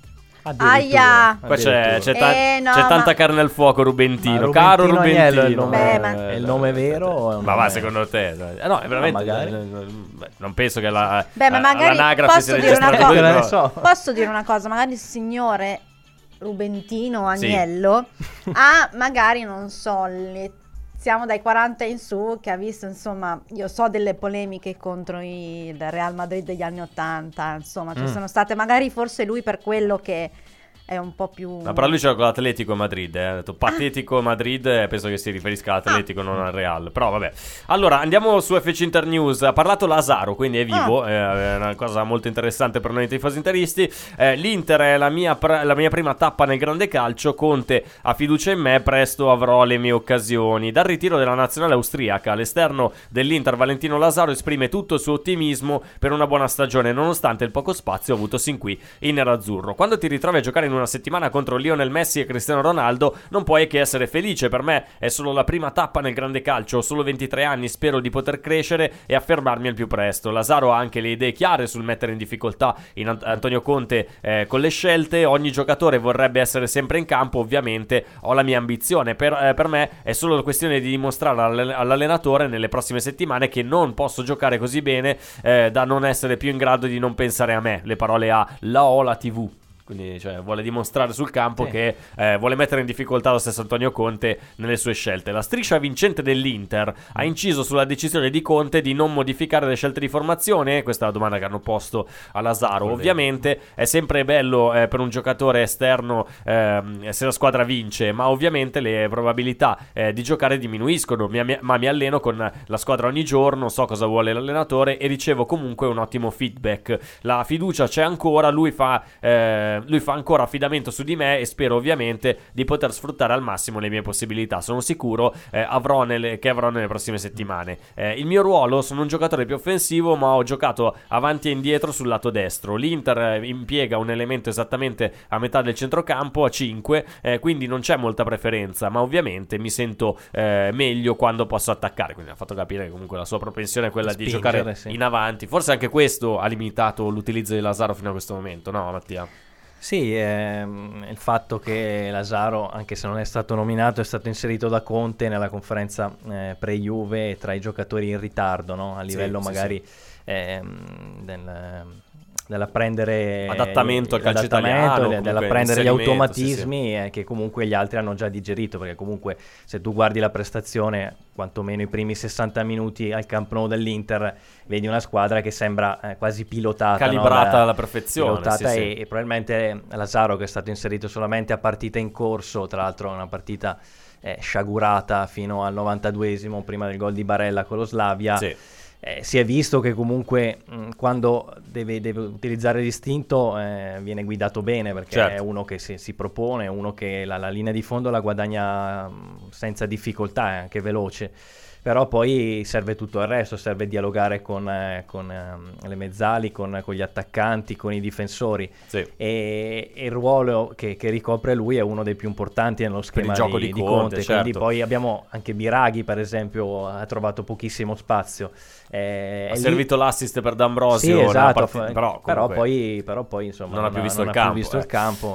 Aia. Qua c'è tanta carne al fuoco, Rubentino. Caro Rubentino, è il nome vero? Ma va, secondo te? No, è veramente. Non penso che la. Beh, ma magari l'anagrafe posso dire una cosa. Posso dire una cosa? Magari il signore Rubentino Agnello ha magari, non so, siamo dai 40 in su, che ha visto, insomma, io so delle polemiche contro il Real Madrid degli anni 80, insomma, ci sono state, magari forse lui per quello che è un po' più... No, però lui c'era con l'Atletico Madrid, ha detto patetico Madrid, penso che si riferisca all'Atletico, non al Real, però vabbè. Allora, andiamo su FC Internews, ha parlato Lazaro, quindi è vivo, è una cosa molto interessante per noi tifosi interisti. L'Inter è la mia prima tappa nel grande calcio, Conte ha fiducia in me, presto avrò le mie occasioni. Dal ritiro della nazionale austriaca, l'esterno dell'Inter Valentino Lazaro esprime tutto il suo ottimismo per una buona stagione, nonostante il poco spazio avuto sin qui in nerazzurro. Quando ti ritrovi a giocare in una settimana contro Lionel Messi e Cristiano Ronaldo, non puoi che essere felice. Per me è solo la prima tappa nel grande calcio, ho solo 23 anni, spero di poter crescere e affermarmi al più presto. Lazaro ha anche le idee chiare sul mettere in difficoltà Antonio Conte con le scelte. Ogni giocatore vorrebbe essere sempre in campo, ovviamente ho la mia ambizione, per me è solo questione di dimostrare all'allenatore nelle prossime settimane che non posso giocare così bene da non essere più in grado di non pensare a me. Le parole a Laola TV. Quindi vuole dimostrare sul campo che vuole mettere in difficoltà lo stesso Antonio Conte nelle sue scelte. La striscia vincente dell'Inter ha inciso sulla decisione di Conte di non modificare le scelte di formazione. Questa è la domanda che hanno posto a Lazaro. Ovviamente è sempre bello per un giocatore esterno se la squadra vince, ma ovviamente le probabilità di giocare diminuiscono. Ma mi alleno con la squadra ogni giorno, so cosa vuole l'allenatore e ricevo comunque un ottimo feedback. La fiducia c'è ancora, lui fa ancora affidamento su di me e spero ovviamente di poter sfruttare al massimo le mie possibilità. Sono sicuro che avrò nelle prossime settimane. Il mio ruolo, sono un giocatore più offensivo, ma ho giocato avanti e indietro sul lato destro. L'Inter impiega un elemento esattamente a metà del centrocampo, a 5, quindi non c'è molta preferenza, ma ovviamente mi sento meglio quando posso attaccare. Quindi ha fatto capire che comunque la sua propensione è quella di giocare in avanti. Forse anche questo ha limitato l'utilizzo di Lazaro fino a questo momento, no Mattia? Sì, il fatto che Lazaro, anche se non è stato nominato, è stato inserito da Conte nella conferenza pre-Juve tra i giocatori in ritardo, no? A livello dell'apprendere adattamento al calcio italiano, dell'apprendere gli automatismi che comunque gli altri hanno già digerito, perché comunque se tu guardi la prestazione, quantomeno i primi 60 minuti al Camp Nou dell'Inter, vedi una squadra che sembra quasi pilotata, calibrata alla perfezione, e probabilmente Lazaro, che è stato inserito solamente a partita in corso, tra l'altro una partita sciagurata fino al 92esimo prima del gol di Barella con lo Slavia, si è visto che comunque quando deve utilizzare l'istinto viene guidato bene, perché è uno che si propone, uno che la linea di fondo la guadagna senza difficoltà, è anche veloce. Però poi serve tutto il resto, serve dialogare con le mezzali, con gli attaccanti, con i difensori. E il ruolo che ricopre lui è uno dei più importanti nello schema di Conte. Quindi poi abbiamo anche Biraghi, per esempio, ha trovato pochissimo spazio. Ha servito l'assist per D'Ambrosio, sì, esatto, però poi insomma non ha più visto il campo.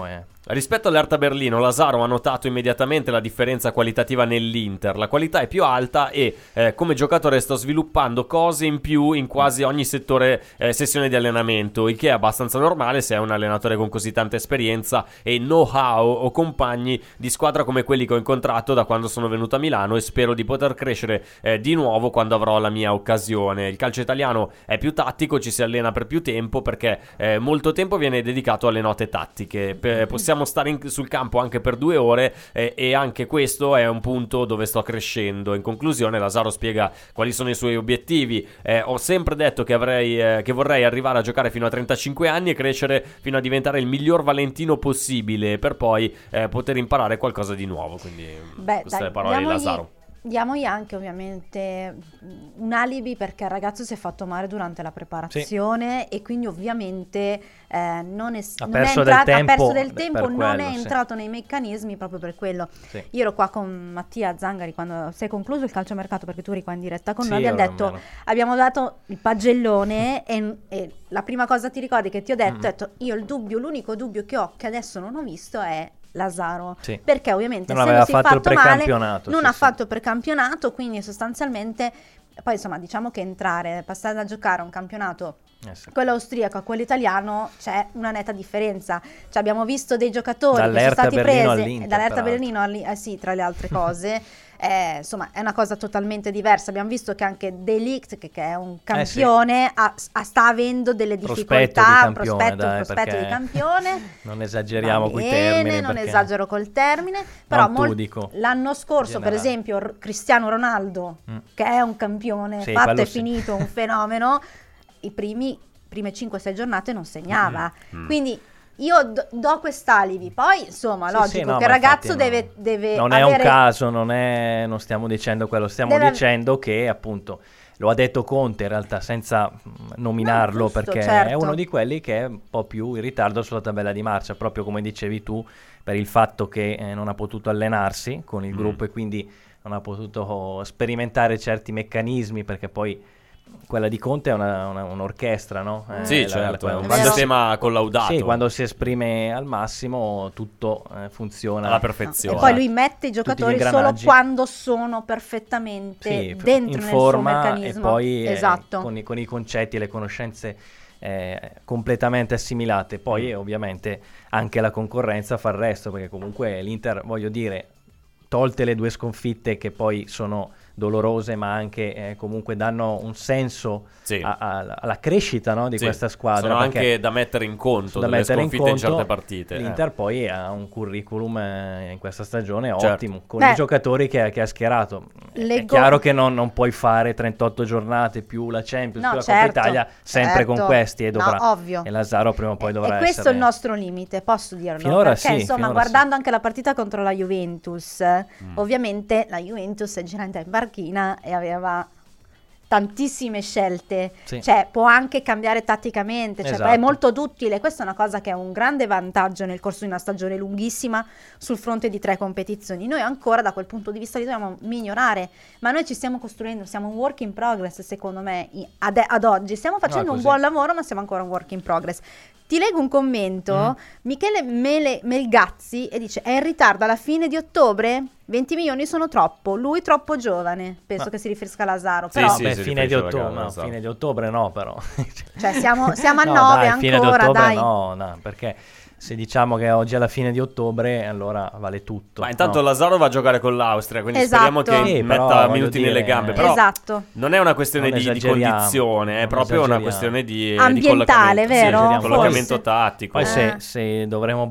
Rispetto all'Hertha Berlino, Lazaro ha notato immediatamente la differenza qualitativa nell'Inter. La qualità è più alta e come giocatore sto sviluppando cose in più in quasi ogni sessione di allenamento, il che è abbastanza normale se è un allenatore con così tanta esperienza e know-how o compagni di squadra come quelli che ho incontrato da quando sono venuto a Milano, e spero di poter crescere di nuovo quando avrò la mia occasione. Il calcio italiano è più tattico, ci si allena per più tempo perché molto tempo viene dedicato alle note tattiche. Possiamo stare sul campo anche per 2 ore e anche questo è un punto dove sto crescendo. In conclusione, Lazaro spiega quali sono i suoi obiettivi. Ho sempre detto che vorrei arrivare a giocare fino a 35 anni e crescere fino a diventare il miglior Valentino possibile, per poi poter imparare qualcosa di nuovo. Quindi queste le parole di Lazaro. Diamogli anche ovviamente un alibi, perché il ragazzo si è fatto male durante la preparazione e quindi ovviamente ha perso del tempo, non è entrato nei meccanismi proprio per quello. Io ero qua con Mattia Zangari quando si è concluso il calciomercato, perché tu eri qua in diretta con noi, abbiamo dato il pagellone e la prima cosa, ti ricordi che ti ho detto, io l'unico dubbio che ho, che adesso non ho visto, è Lazaro, perché ovviamente non aveva fatto il precampionato, non ha fatto il precampionato, quindi sostanzialmente poi insomma diciamo che passare da giocare a un campionato quello austriaco a quello italiano c'è una netta differenza. Abbiamo visto dei giocatori che sono stati presi dall'Hertha Berlino tra le altre cose. Insomma è una cosa totalmente diversa. Abbiamo visto che anche De Ligt, che è un campione, sta avendo delle difficoltà, un prospetto di campione. Non esageriamo coi termini, non esagero col termine, però l'anno scorso per esempio Cristiano Ronaldo, che è un campione fatto e finito, un fenomeno, i prime 5-6 giornate non segnava, quindi io do quest'alibi. Poi insomma logico che il ragazzo deve non è un caso, non stiamo dicendo quello, stiamo dicendo che appunto lo ha detto Conte in realtà senza nominarlo, perché è uno di quelli che è un po' più in ritardo sulla tabella di marcia, proprio come dicevi tu, per il fatto che non ha potuto allenarsi con il gruppo e quindi non ha potuto sperimentare certi meccanismi, perché poi quella di Conte è un'orchestra, no? Sì, certo, è un sistema collaudato. Sì, quando si esprime al massimo tutto funziona alla perfezione. E poi lui mette i giocatori solo quando sono perfettamente dentro nel suo meccanismo. E poi con i concetti e le conoscenze completamente assimilate. Poi ovviamente anche la concorrenza fa il resto, perché comunque l'Inter, voglio dire, tolte le 2 sconfitte che poi sono dolorose, ma anche comunque danno un senso alla crescita, no, di questa squadra. Sono anche da mettere in conto delle sconfitte in certe partite. L'Inter poi ha un curriculum in questa stagione ottimo, con i giocatori che ha schierato. È chiaro che non puoi fare 38 giornate più la Champions, più la Coppa Italia sempre con questi, e dovrà, ovvio. E Lazaro prima o poi dovrà essere. Questo è il nostro limite, posso dirlo, finora perché insomma guardando anche la partita contro la Juventus, ovviamente la Juventus è girata in barchina e aveva tantissime scelte, cioè può anche cambiare tatticamente, cioè è molto duttile. Questa è una cosa che è un grande vantaggio nel corso di una stagione lunghissima sul fronte di 3 competizioni. Noi ancora da quel punto di vista dobbiamo migliorare, ma noi ci stiamo costruendo, siamo un work in progress secondo me ad oggi, stiamo facendo un buon lavoro ma siamo ancora un work in progress. Ti leggo un commento, Michele Melgazzi, e dice: è in ritardo alla fine di ottobre? 20 milioni sono troppo, lui troppo giovane. Penso che si riferisca a Lazaro. Però fine di ottobre no, però. Cioè siamo a 9 ancora, fine di ottobre, dai. No, perché se diciamo che oggi è la fine di ottobre, allora vale tutto. Ma intanto Lazaro va a giocare con l'Austria, quindi speriamo che metta minuti nelle gambe. Però non è una questione di condizione, è proprio una questione di ambientale, vero? Collocamento tattico. Poi se dovremo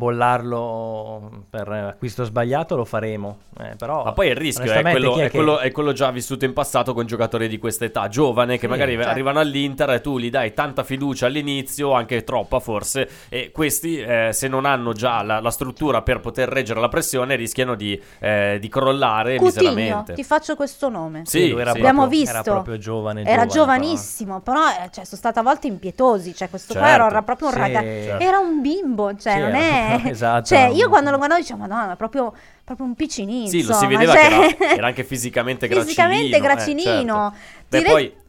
bollarlo per acquisto sbagliato lo faremo. Però ma poi il rischio è quello già vissuto in passato con giocatori di questa età giovane che magari arrivano all'Inter e tu gli dai tanta fiducia all'inizio, anche troppa forse, e questi se non hanno già la struttura per poter reggere la pressione rischiano di crollare miseramente. Ti faccio questo nome. Abbiamo visto. Era proprio giovane. Era giovanissimo, però sono stata a volte impietosi. Cioè, questo qua era proprio un ragazzo. Era un bimbo. Cioè, non è. Esatto. Cioè, io quando lo guardavo dicevo, Madonna, è proprio un piccinino. Sì, lo si vedeva che era anche fisicamente gracinino. Fisicamente gracinino. Certo. Poi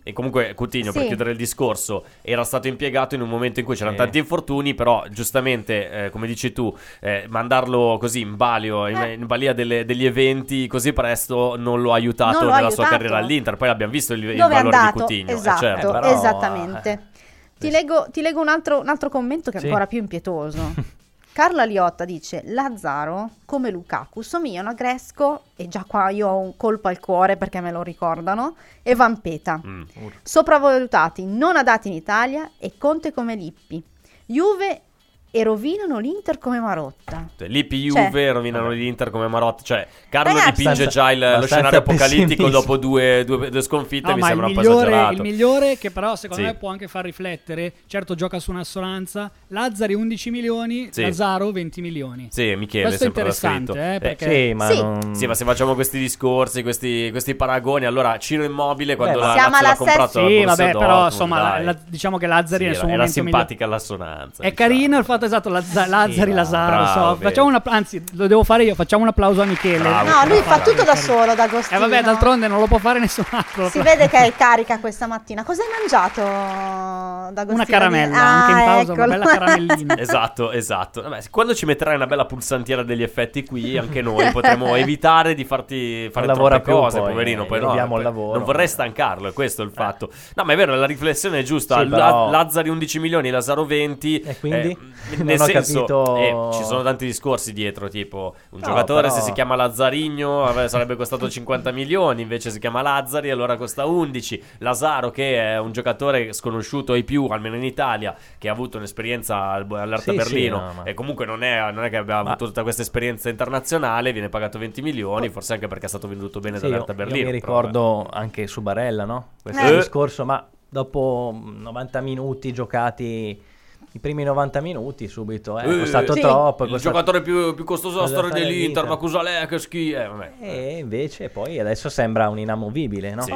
e comunque Coutinho, per chiudere il discorso, era stato impiegato in un momento in cui c'erano tanti infortuni, però giustamente come dici tu, mandarlo così in balia degli eventi così presto non lo ha aiutato nella sua carriera all'Inter. Poi abbiamo visto il valore di Coutinho. Esatto, certo, però, esattamente. Ti leggo un altro commento che è ancora più impietoso. Carla Liotta dice: Lazzaro, come Lukaku, somigliano a Gresco, e già qua io ho un colpo al cuore perché me lo ricordano, e Vampeta. Sopravvalutati, non adatti in Italia, e Conte come Lippi. Juve e rovinano l'Inter come Marotta. Lippi Juve rovinano l'Inter come Marotta. Cioè, Carlo dipinge già lo scenario apocalittico dopo due sconfitte. Mi sembra un po' esagerato. Il migliore, che però secondo me può anche far riflettere, certo gioca su un'assonanza, Lazzari 11 milioni, Lazzaro 20 milioni. Sì, Michele, questo è interessante, perché... ma se facciamo questi discorsi, questi paragoni, allora Ciro Immobile quando la Lazio l'ha comprato però insomma diciamo che Lazzari nel suo momento era simpatica l'assonanza. È carino il fatto Lazzari, Lazzaro, facciamo anzi lo devo fare io, facciamo un applauso a Michele. No, lui fa tutto da solo, D'Agostino. Vabbè, d'altronde non lo può fare nessun altro. Si vede che è carica questa mattina. Cosa hai mangiato, D'Agostino? Una caramella, anche in pausa, una bella caramellina. Esatto. Vabbè, quando ci metterai una bella pulsantiera degli effetti qui, anche noi potremo evitare di farti fare troppe cose, poverino. Poi il lavoro. Non vorrei stancarlo, è questo il fatto. No, ma è vero, la riflessione è giusta. Lazzari 11 milioni, Lazzaro 20. E quindi? Nel senso, ci sono tanti discorsi dietro, tipo un giocatore se si chiama Lazzarigno sarebbe costato 50 milioni, invece si chiama Lazzari, allora costa 11. Lazzaro, che è un giocatore sconosciuto ai più, almeno in Italia, che ha avuto un'esperienza all'Hertha Berlino, e comunque non è che abbia avuto tutta questa esperienza internazionale, viene pagato 20 milioni, forse anche perché è stato venduto bene dall'Hertha Berlino. Io mi ricordo anche su Barella, no? Questo discorso, ma dopo 90 minuti giocati, i primi 90 minuti subito è costato troppo. Il giocatore più costoso della storia dell'Inter, ma cosa lei che schifo. E invece poi adesso sembra un inamovibile, no?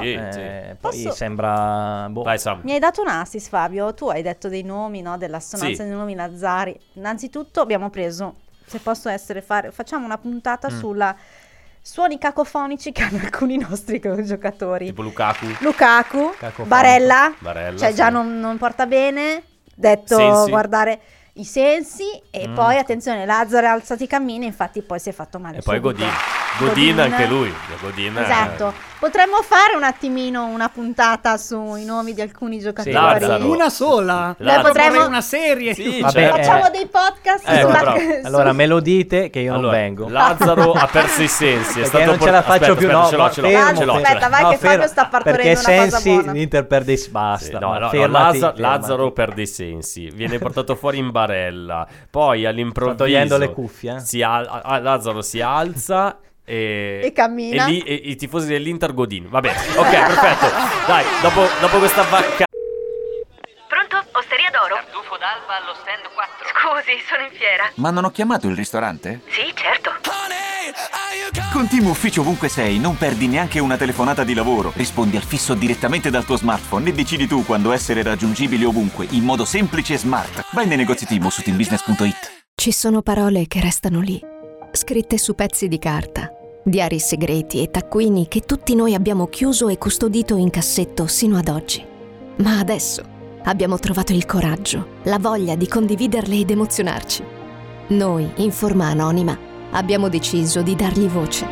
Poi sembra Vai, Sam. Mi hai dato un assist, Fabio. Tu hai detto dei nomi, no? Dell'assonanza dei nomi Lazzari. Innanzitutto abbiamo preso, se posso facciamo una puntata sulla suoni cacofonici che hanno alcuni nostri giocatori, tipo Lukaku, Barella, cioè già non porta bene. Detto guardare i sensi, e poi attenzione, Lazzaro ha alzato i cammini, infatti poi si è fatto male. E poi Godin anche lui. Esatto. Potremmo fare un attimino una puntata sui nomi di alcuni giocatori. Una sola. Potremmo una serie. Facciamo dei podcast. Allora me lo dite che io non vengo. Lazzaro ha perso i sensi. Perché non ce la faccio più. Aspetta, vai che Fabio sta partorendo una cosa buona. L'Inter perde basta. Lazzaro perde i sensi. Viene portato fuori in barella. Poi all'improvviso, togliendo le cuffie, Lazzaro si alza e cammina, e i tifosi dell'Inter Godin. Va bene, ok, perfetto. Dai, dopo questa vacca. Pronto? Osteria d'Oro? Tartufo d'Alba allo stand 4. Scusi, sono in fiera. Ma non ho chiamato il ristorante? Sì, certo. Con Team Ufficio ovunque sei, non perdi neanche una telefonata di lavoro. Rispondi al fisso direttamente dal tuo smartphone e decidi tu quando essere raggiungibile ovunque, in modo semplice e smart. Vai nei negozi Team o su teambusiness.it. Ci sono parole che restano lì, scritte su pezzi di carta, diari segreti e taccuini che tutti noi abbiamo chiuso e custodito in cassetto sino ad oggi. Ma adesso abbiamo trovato il coraggio, la voglia di condividerle ed emozionarci. Noi, in forma anonima, abbiamo deciso di dargli voce.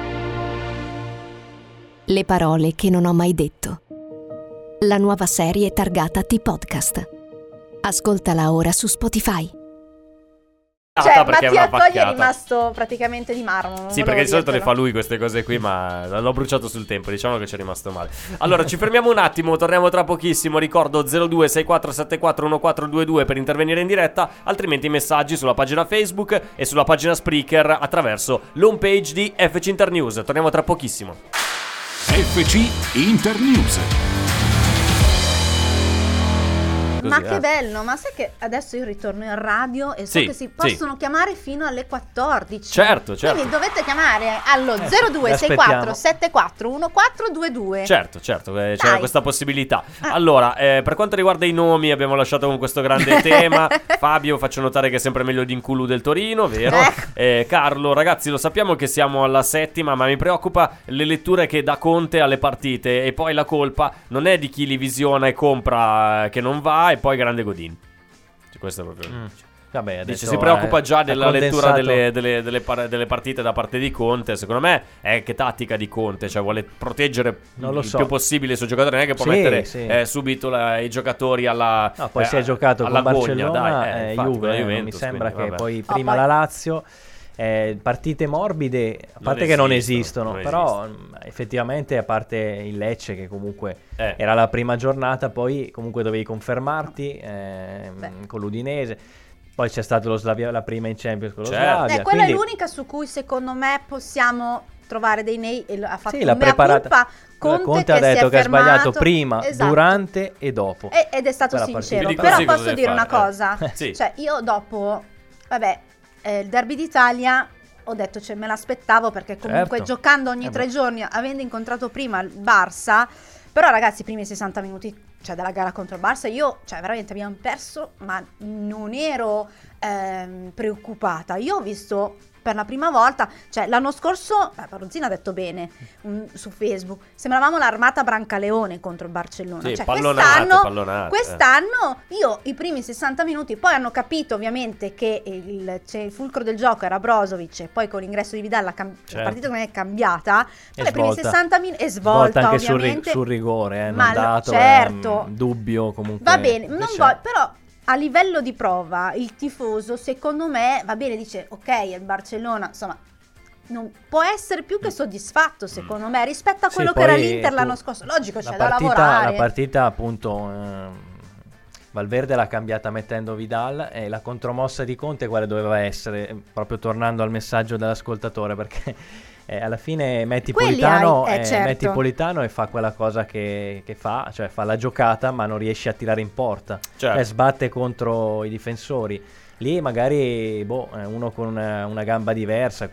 Le parole che non ho mai detto. La nuova serie targata T-Podcast. Ascoltala ora su Spotify. Mattia Togli è rimasto praticamente di marmo. Sì, perché di solito le fa lui queste cose qui, ma l'ho bruciato sul tempo, diciamo che ci è rimasto male. Allora, ci fermiamo un attimo, torniamo tra pochissimo. Ricordo 0264741422 per intervenire in diretta, altrimenti messaggi sulla pagina Facebook e sulla pagina Spreaker attraverso l'home page di FC Internews. Torniamo tra pochissimo. FC Internews. così. Ma che bello, ma sai che adesso io ritorno in radio e so che si possono chiamare fino alle 14. Certo. Quindi dovete chiamare allo 0264 74 1422. Certo, c'è questa possibilità. Allora, per quanto riguarda i nomi, abbiamo lasciato con questo grande tema. Fabio, faccio notare che è sempre meglio di Inculu del Torino, vero? Carlo, ragazzi, lo sappiamo che siamo alla 7ª, ma mi preoccupa le letture che dà Conte alle partite, e poi la colpa non è di chi li visiona e compra che non va, e poi grande Godin. Questo è proprio... Vabbè, dice, si preoccupa già della lettura delle partite da parte di Conte. Secondo me è che tattica di Conte, cioè vuole proteggere il più possibile i suoi giocatori, non è che può mettere subito i giocatori alla poi si è giocato con Barcellona, infatti, Juve, mi sembra che poi prima la Lazio, partite morbide, a parte che non esistono, però effettivamente, a parte il Lecce che comunque era la prima giornata, poi comunque dovevi confermarti con l'Udinese. Poi c'è stato lo Slavia, la prima in Champions con lo Slavia. Quella è l'unica su cui secondo me possiamo trovare dei nei. Ha fatto la preparata. Conte ha detto che ha sbagliato prima, durante e dopo. Ed è stato sincero. Però posso dire una cosa. Cioè, io dopo, il derby d'Italia, ho detto, me l'aspettavo, perché comunque giocando ogni 3 giorni, avendo incontrato prima il Barça, però ragazzi, i primi 60 minuti della gara contro il Barça, io veramente abbiamo perso, ma non ero preoccupata. Io ho visto per la prima volta, l'anno scorso Parruzzino ha detto bene su Facebook, sembravamo l'Armata Brancaleone contro il Barcellona. Quest'anno io i primi 60 minuti, poi hanno capito ovviamente che il fulcro del gioco era Brozovic, e poi con l'ingresso di Vidal la partita non è cambiata, però i primi 60 minuti è svolta anche ovviamente sul rigore, ma dato dubbio comunque. Va bene, però a livello di prova il tifoso, secondo me, va bene, dice ok, il Barcellona insomma non può essere più che soddisfatto, secondo me, rispetto a quello che era l'Inter l'anno scorso. Logico, c'è da lavorare. La partita appunto Valverde l'ha cambiata mettendo Vidal, e la contromossa di Conte quale doveva essere, proprio tornando al messaggio dell'ascoltatore, perché alla fine metti Politano e fa quella cosa che fa, cioè fa la giocata ma non riesce a tirare in porta, sbatte contro i difensori. Lì magari uno con una gamba diversa,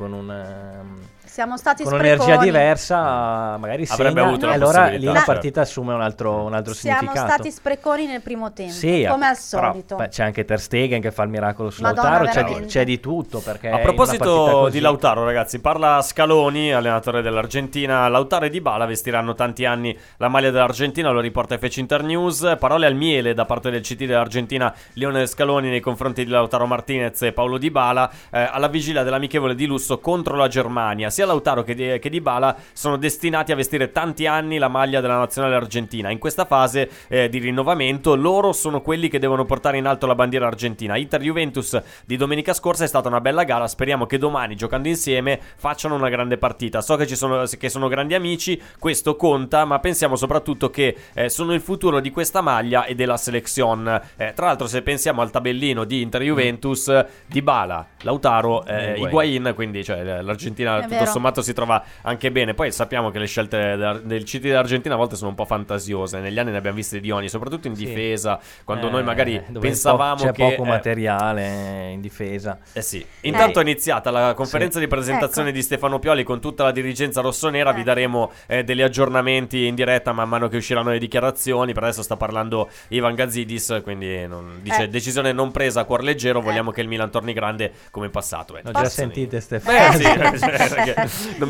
siamo stati con un'energia diversa, magari avrebbe avuto la allora lì la partita assume un altro significato. Siamo stati spreconi nel primo tempo, come al solito. C'è anche Ter Stegen che fa il miracolo su Lautaro, c'è di tutto, perché a proposito di Lautaro, ragazzi, parla Scaloni, allenatore dell'Argentina. Lautaro e Dybala vestiranno tanti anni la maglia dell'Argentina, lo riporta FC Internews. Parole al miele da parte del CT dell'Argentina Lionel Scaloni nei confronti di Lautaro Martinez e Paulo Dybala alla vigilia dell'amichevole di lusso contro la Germania. Sia Lautaro che Dybala sono destinati a vestire tanti anni la maglia della nazionale argentina. In questa fase di rinnovamento loro sono quelli che devono portare in alto la bandiera argentina. Inter-Juventus di domenica scorsa è stata una bella gara, speriamo che domani, giocando insieme, facciano una grande partita. So che sono grandi amici, questo conta, ma pensiamo soprattutto che sono il futuro di questa maglia e della selezione. Tra l'altro, se pensiamo al tabellino di Inter-Juventus, Dybala, Lautaro, Higuaín, quindi l'Argentina tutto sommato si trova anche bene. Poi sappiamo che le scelte del CT dell'Argentina a volte sono un po' fantasiose. Negli anni ne abbiamo viste di ogni, soprattutto in difesa, quando noi magari pensavamo c'è che poco materiale in difesa. Intanto è iniziata la conferenza di presentazione di Stefano Pioli con tutta la dirigenza rossonera. Vi daremo degli aggiornamenti in diretta man mano che usciranno le dichiarazioni. Per adesso sta parlando Ivan Gazidis, quindi dice decisione non presa a cuor leggero, vogliamo che il Milan torni grande come in passato. L'ho già sentite, Stefano.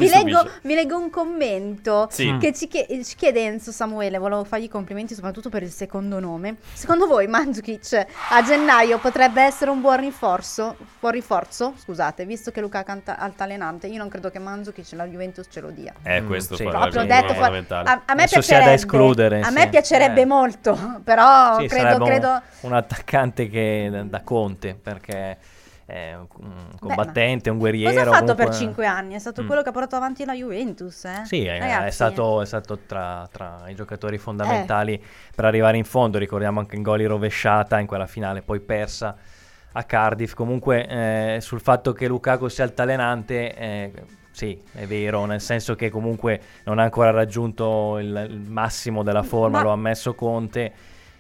Vi leggo un commento che ci chiede Enzo Samuele. Volevo fargli i complimenti soprattutto per il secondo nome. Secondo voi Mandzukic a gennaio potrebbe essere un buon rinforzo, scusate, visto che Lukaku è altalenante? Io non credo che Mandzukic la Juventus ce lo dia. Questo proprio detto, fondamentale. a me piacerebbe, da escludere, a me piacerebbe molto, però credo un attaccante che da Conte, perché è un combattente, un guerriero. Cosa ha fatto per 5 anni? È stato quello che ha portato avanti la Juventus, Sì, è stato tra i giocatori fondamentali per arrivare in fondo. Ricordiamo anche in gol in rovesciata in quella finale, poi persa a Cardiff. Comunque sul fatto che Lukaku sia altalenante, sì, è vero, nel senso che comunque non ha ancora raggiunto il massimo della forma, lo ha ammesso Conte.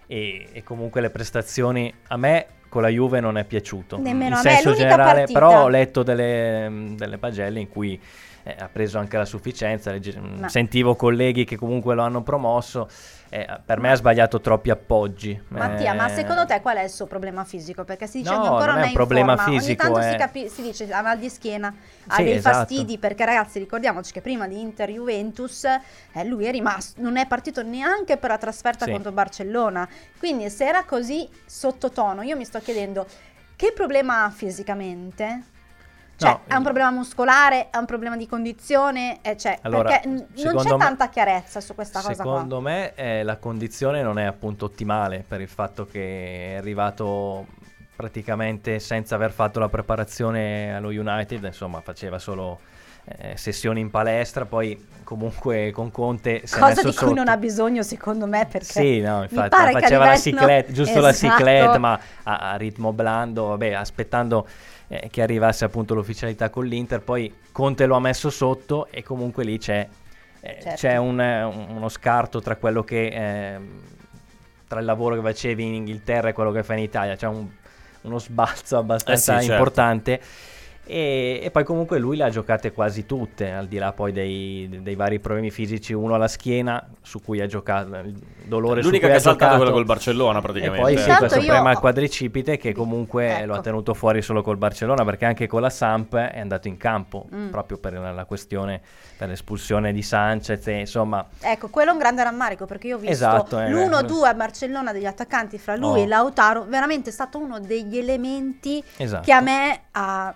e comunque le prestazioni a me con la Juve non è piaciuto nemmeno in a me, senso l'unica generale, partita. però ho letto delle pagelle in cui ha preso anche la sufficienza, sentivo colleghi che comunque lo hanno promosso. Per me ha sbagliato troppi appoggi. Mattia, ma secondo te qual è il suo problema fisico? Perché si dice che No, ancora non è un in problema forma. fisico, Ogni tanto si dice ha mal di schiena, ha Sì, dei esatto. fastidi, perché ragazzi ricordiamoci che prima di Inter-Juventus lui è rimasto, non è partito neanche per la trasferta Sì. contro Barcellona, quindi se era così sottotono io mi sto chiedendo che problema ha fisicamente? Cioè, No, è un problema muscolare, è un problema di condizione, Allora, perché non c'è tanta chiarezza su questa cosa qua. Secondo me la condizione non è appunto ottimale per il fatto che è arrivato praticamente senza aver fatto la preparazione allo United, insomma faceva solo sessioni in palestra, poi comunque con Conte si è Cosa messo di cui sotto. non ha bisogno secondo me, perché Sì, no, mi infatti pare che faceva a la livello- cicletta, giusto la Esatto. cicletta, ma a ritmo blando, vabbè, aspettando che arrivasse appunto l'ufficialità con l'Inter, poi Conte lo ha messo sotto e comunque lì c'è uno scarto tra quello che tra il lavoro che facevi in Inghilterra e quello che fai in Italia, c'è uno sbalzo abbastanza sì, certo. importante. E poi comunque lui le ha giocate quasi tutte, al di là poi dei vari problemi fisici, uno alla schiena su cui ha giocato, il dolore L'unica su cui che ha è saltata giocato, è quella col Barcellona praticamente. e poi sì, Intanto questo io problema al ho- quadricipite che comunque lo ha tenuto fuori solo col Barcellona, perché anche con la Samp è andato in campo proprio per la questione, per l'espulsione di Sanchez e insomma. Ecco, quello è un grande rammarico, perché io ho visto Esatto, l'1-2 a Barcellona degli attaccanti fra lui Oh. e Lautaro, veramente è stato uno degli elementi Esatto. che a me ha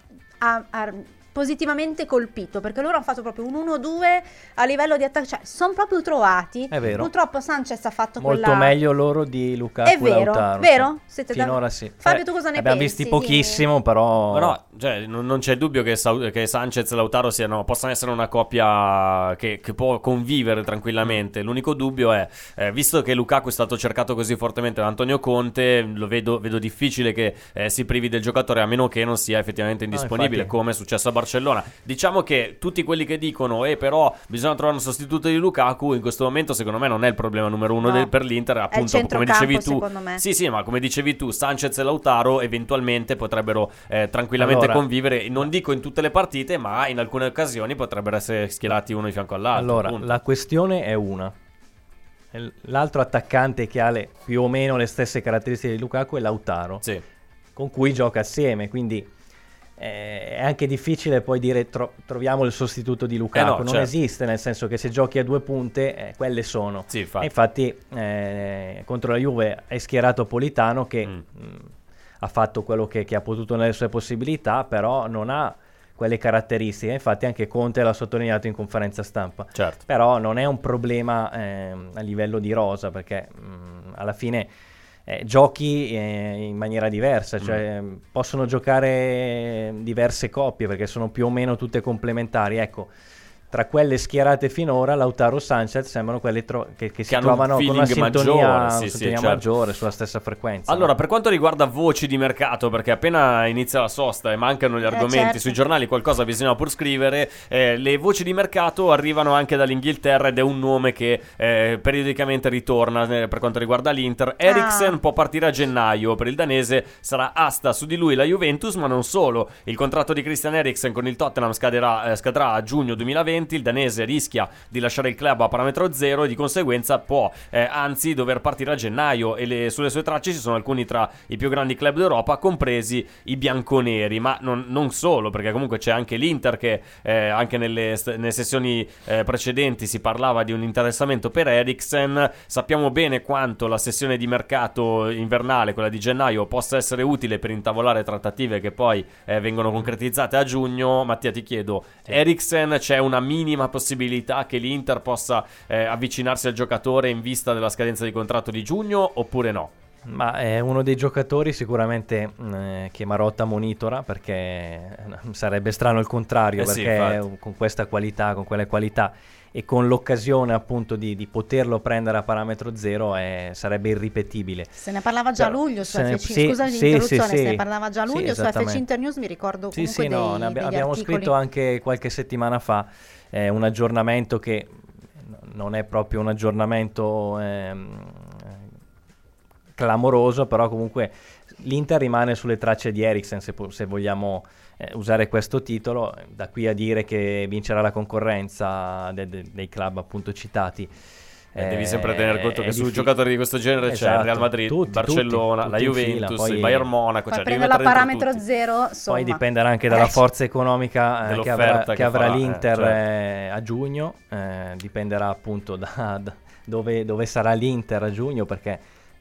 positivamente colpito, perché loro hanno fatto proprio un 1-2 a livello di attacco, cioè sono proprio trovati. È vero. Purtroppo Sanchez ha fatto Molto quella... meglio loro di Lukaku È e vero, Lautaro. vero? Sì. Siete Finora sì. Fabio, tu cosa ne abbiamo pensi? visti pochissimo, però Cioè, non c'è dubbio che Sanchez e Lautaro possano essere una coppia che può convivere tranquillamente. L'unico dubbio è, visto che Lukaku è stato cercato così fortemente da Antonio Conte, lo vedo difficile che si privi del giocatore, a meno che non sia effettivamente indisponibile, infatti. come è successo a Barcellona. Diciamo che tutti quelli che dicono però bisogna trovare un sostituto di Lukaku, in questo momento secondo me non è il problema numero uno No. per l'Inter, È il appunto come centrocampo, dicevi tu. secondo me. Sì, ma come dicevi tu, Sanchez e Lautaro eventualmente potrebbero tranquillamente Allora, convivere, non dico in tutte le partite, ma in alcune occasioni potrebbero essere schierati uno di fianco all'altro. allora appunto. la questione è una. L'altro attaccante che ha più o meno le stesse caratteristiche di Lukaku è Lautaro, Sì. con cui gioca assieme, quindi è anche difficile poi dire troviamo il sostituto di Lukaku, no, non certo. esiste, nel senso che se giochi a due punte quelle sono. Sì, E infatti contro la Juve è schierato Politano che ha fatto quello che ha potuto nelle sue possibilità, però non ha quelle caratteristiche, infatti anche Conte l'ha sottolineato in conferenza stampa. Certo. Però non è un problema a livello di rosa, perché alla fine giochi in maniera diversa, cioè possono giocare diverse coppie perché sono più o meno tutte complementari. Ecco, tra quelle schierate finora, Lautaro e Sanchez sembrano quelle che si hanno un trovano con una feeling sintonia, maggiore, sì, una sì, sintonia certo. maggiore, sulla stessa frequenza. Allora, no? per quanto riguarda voci di mercato, perché appena inizia la sosta e mancano gli argomenti certo. sui giornali, qualcosa bisogna pur scrivere. Le voci di mercato arrivano anche dall'Inghilterra ed è un nome che periodicamente ritorna per quanto riguarda l'Inter. Eriksen può partire a gennaio, per il danese sarà asta su di lui la Juventus, ma non solo. Il contratto di Christian Eriksen con il Tottenham scadrà a giugno 2020, il danese rischia di lasciare il club a parametro zero e di conseguenza può anzi dover partire a gennaio, e sulle sue tracce ci sono alcuni tra i più grandi club d'Europa, compresi i bianconeri, ma non solo, perché comunque c'è anche l'Inter che anche nelle sessioni precedenti si parlava di un interessamento per Eriksen. Sappiamo bene quanto la sessione di mercato invernale, quella di gennaio, possa essere utile per intavolare trattative che poi vengono concretizzate a giugno. Mattia, ti chiedo, Eriksen, c'è una minima possibilità che l'Inter possa avvicinarsi al giocatore in vista della scadenza di contratto di giugno, oppure no? Ma è uno dei giocatori sicuramente che Marotta monitora, perché sarebbe strano il contrario, Sì, perché infatti. con questa qualità, con quelle qualità e con l'occasione appunto di poterlo prendere a parametro zero sarebbe irripetibile. Se ne parlava già a Però, luglio su se ne- FC, sì, scusa sì, l'interruzione, sì, se ne sì. parlava già a Sì, luglio su FC esattamente. Internews, mi ricordo Sì, comunque no, degli abbiamo articoli. scritto anche qualche settimana fa un aggiornamento che non è proprio un aggiornamento clamoroso, però comunque l'Inter rimane sulle tracce di Eriksen, se vogliamo usare questo titolo, da qui a dire che vincerà la concorrenza dei club appunto citati. Devi sempre tener conto che su giocatori di questo genere c'è il Real Madrid, Barcellona, la Juventus, poi il Bayern Monaco, poi prende la parametro zero, insomma. Poi dipenderà anche dalla forza economica che avrà l'Inter a giugno, dipenderà appunto da dove sarà l'Inter a giugno, perché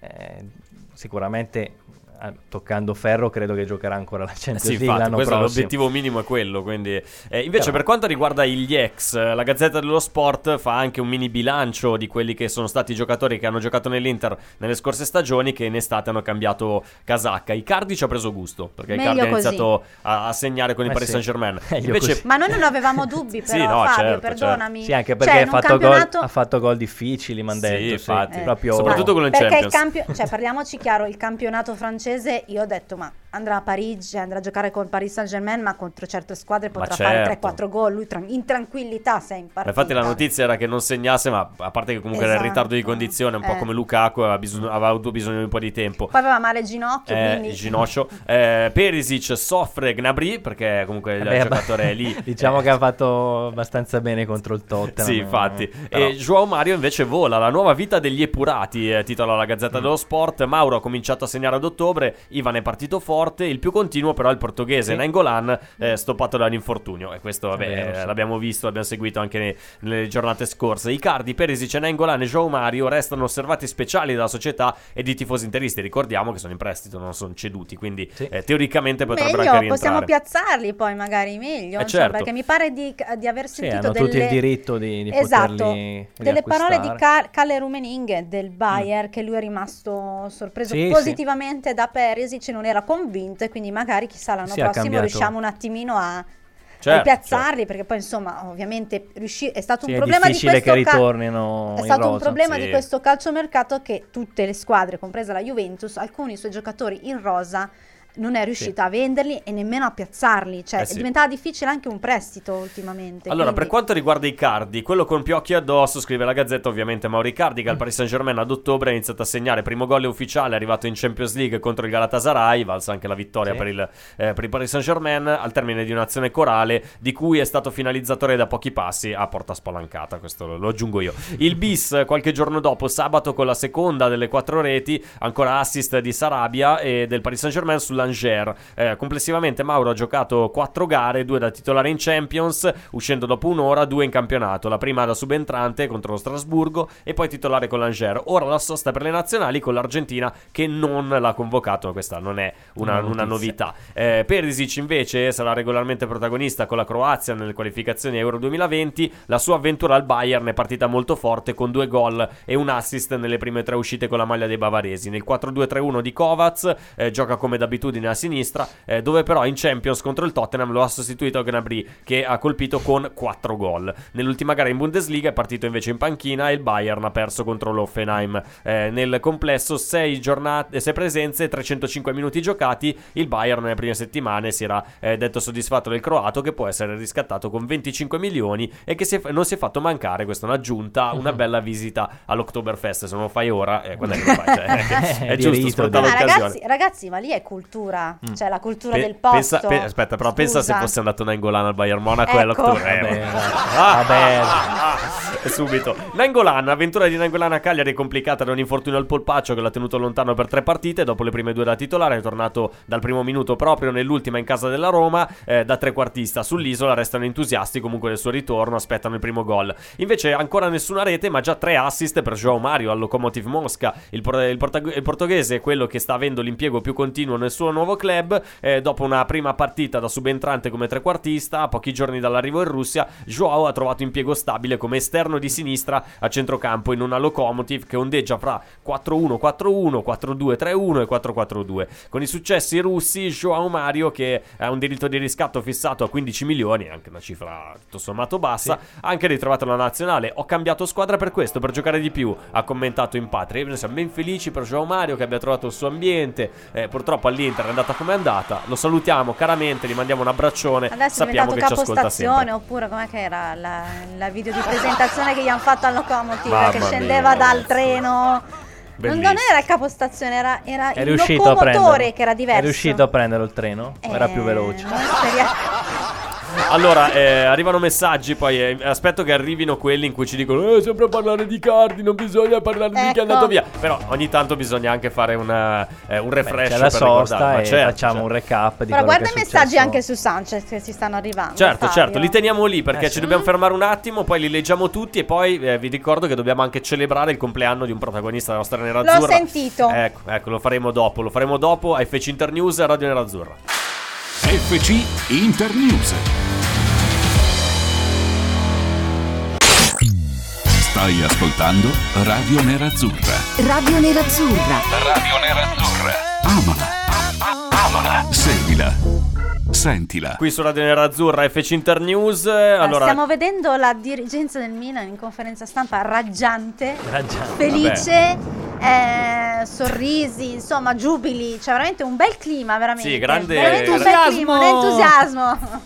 sicuramente toccando ferro credo che giocherà ancora la Champions League l'anno prossimo. L'obiettivo minimo è quello, quindi invece per quanto riguarda gli ex, la Gazzetta dello Sport fa anche un mini bilancio di quelli che sono stati i giocatori che hanno giocato nell'Inter nelle scorse stagioni, che in estate hanno cambiato casacca. Icardi ci ha preso gusto, perché meglio Icardi ha così. iniziato a segnare con il Paris Saint-Germain. Invece... Ma noi non avevamo dubbi, però Fabio, perdonami. Sì, anche perché ha fatto gol difficili, m'han detto. Sì, infatti. Proprio... soprattutto con il Champions. Cioè, parliamoci chiaro, il campionato francese, io ho detto ma andrà a Parigi, andrà a giocare con il Paris Saint-Germain, ma contro certe squadre potrà fare 3-4 gol, lui in tranquillità sei in partita. Infatti la notizia era che non segnasse, ma a parte che comunque era in ritardo di condizione, un po' come Lukaku, aveva avuto bisogno di un po' di tempo. Poi aveva male ginocchio, quindi... il ginocchio. Perisic soffre Gnabry, perché comunque il giocatore è lì. Diciamo che ha fatto abbastanza bene contro il Tottenham. Sì, infatti. Però... E João Mario invece vola, la nuova vita degli epurati, titola la Gazzetta dello Sport. Mauro ha cominciato a segnare ad ottobre, Ivan è partito forte, il più continuo però è il portoghese Nainggolan, stoppato dall'infortunio, e questo l'abbiamo visto, l'abbiamo seguito anche nelle giornate scorse. Icardi, Perisic, Nainggolan e João Mario restano osservati speciali dalla società e di tifosi interisti. Ricordiamo che sono in prestito, non sono ceduti, quindi teoricamente potrebbero anche rientrare. Possiamo piazzarli poi magari meglio, certo. Perché mi pare di aver sentito hanno tutti il diritto di poterli delle parole di Kalle Rummenigge del Bayern, che lui è rimasto sorpreso positivamente da Perisic, non era convinto, e quindi magari chissà l'anno prossimo riusciamo un attimino a piazzarli, perché poi insomma ovviamente è stato un problema di questo che ritornino è stato un problema di questo calciomercato, che tutte le squadre, compresa la Juventus, alcuni suoi giocatori in rosa non è riuscita a venderli e nemmeno a piazzarli, cioè diventava difficile anche un prestito ultimamente. Allora, per quanto riguarda Icardi, quello con più occhi addosso, scrive la Gazzetta, ovviamente Mauro Icardi, che al Paris Saint-Germain ad ottobre ha iniziato a segnare, primo gol ufficiale, è arrivato in Champions League contro il Galatasaray, valsa anche la vittoria per il Paris Saint-Germain, al termine di un'azione corale di cui è stato finalizzatore da pochi passi a porta spalancata, questo lo aggiungo io. Il bis qualche giorno dopo, sabato, con la seconda delle 4 reti, ancora assist di Sarabia e del Paris Saint-Germain sull'Angers. Complessivamente Mauro ha giocato 4 gare, 2 da titolare in Champions, uscendo dopo un'ora, 2 in campionato, la prima da subentrante contro lo Strasburgo e poi titolare con l'Angers. Ora la sosta per le nazionali con l'Argentina, che non l'ha convocato, questa non è una novità. Perisic invece sarà regolarmente protagonista con la Croazia nelle qualificazioni Euro 2020. La sua avventura al Bayern è partita molto forte, con 2 gol e un assist nelle prime 3 uscite con la maglia dei bavaresi. Nel 4-2-3-1 di Kovac gioca come d'abitudine a sinistra, dove però in Champions contro il Tottenham lo ha sostituito Gnabry, che ha colpito con 4 gol. Nell'ultima gara in Bundesliga è partito invece in panchina e il Bayern ha perso contro l'Hoffenheim. Nel complesso 6 presenze, 305 minuti giocati. Il Bayern nelle prime settimane si era detto soddisfatto del croato, che può essere riscattato con 25 milioni e che non si è fatto mancare, questa è un'aggiunta, una bella visita all'Oktoberfest. Se non lo fai ora, quando è che lo fai? Cioè, è giusto sfruttare l'occasione. Ragazzi, ma lì è cultura, cioè la cultura del posto. Aspetta, però pensa se fosse andato Nainggolan al Bayern Monaco e all'Oktober. Subito. Nainggolan, avventura di Nainggolan a Cagliari è complicata da un infortunio al polpaccio che l'ha tenuto lontano per 3 partite. Dopo le prime 2 da titolare è tornato dal primo minuto proprio nell'ultima in casa della Roma, da trequartista. Sull'isola restano entusiasti comunque del suo ritorno, aspettano il primo gol. Invece ancora nessuna rete, ma già 3 assist per João Mario al Lokomotiv Mosca. Il portoghese è quello che sta avendo l'impiego più continuo nel suo nuovo club. Dopo una prima partita da subentrante come trequartista, a pochi giorni dall'arrivo in Russia, João ha trovato impiego stabile come esterno di sinistra a centrocampo in una Lokomotiv che ondeggia fra 4-1-4-1, 4-2-3-1 e 4-4-2. Con i successi russi, João Mario, che ha un diritto di riscatto fissato a 15 milioni, anche una cifra tutto sommato bassa, ha anche ritrovato la nazionale. Ho cambiato squadra per questo, per giocare di più, ha commentato in patria. Noi siamo ben felici per João Mario che abbia trovato il suo ambiente. Purtroppo all'Inter è andata come è andata, lo salutiamo caramente, gli mandiamo un abbraccione. Adesso sappiamo che ci ascolta sempre. Oppure com'è che era la video di presentazione che gli hanno fatto al Lokomotiv, che scendeva dal treno. Non era il capostazione, era È il riuscito a prenderlo? locomotore che era diverso. È riuscito a prenderlo il treno? O era più veloce? Allora, arrivano messaggi, poi aspetto che arrivino quelli in cui ci dicono sempre a parlare di Icardi, non bisogna parlare di chi è andato via. Però ogni tanto bisogna anche fare un refresh. C'è la sosta e certo, facciamo un recap di Però quello guarda che i è messaggi successo. anche su Sanchez che ci stanno arrivando. Certo, li teniamo lì perché sì. ci dobbiamo fermare un attimo, poi li leggiamo tutti e poi vi ricordo che dobbiamo anche celebrare il compleanno di un protagonista della nostra Nerazzurra. L'ho sentito. Ecco, lo faremo dopo a FC Internews e Radio Nerazzurra. FC Internews. Stai ascoltando Radio Nerazzurra. Radio Nerazzurra. Radio Nerazzurra. Amala. Seguila. Sentila. Qui su Radio Nerazzurra, FC Internews. Allora, stiamo vedendo la dirigenza del Milan in conferenza stampa raggiante. Felice. Sorrisi, insomma, giubili. C'è veramente un bel clima, veramente. Sì, grande veramente un bel clima, un entusiasmo.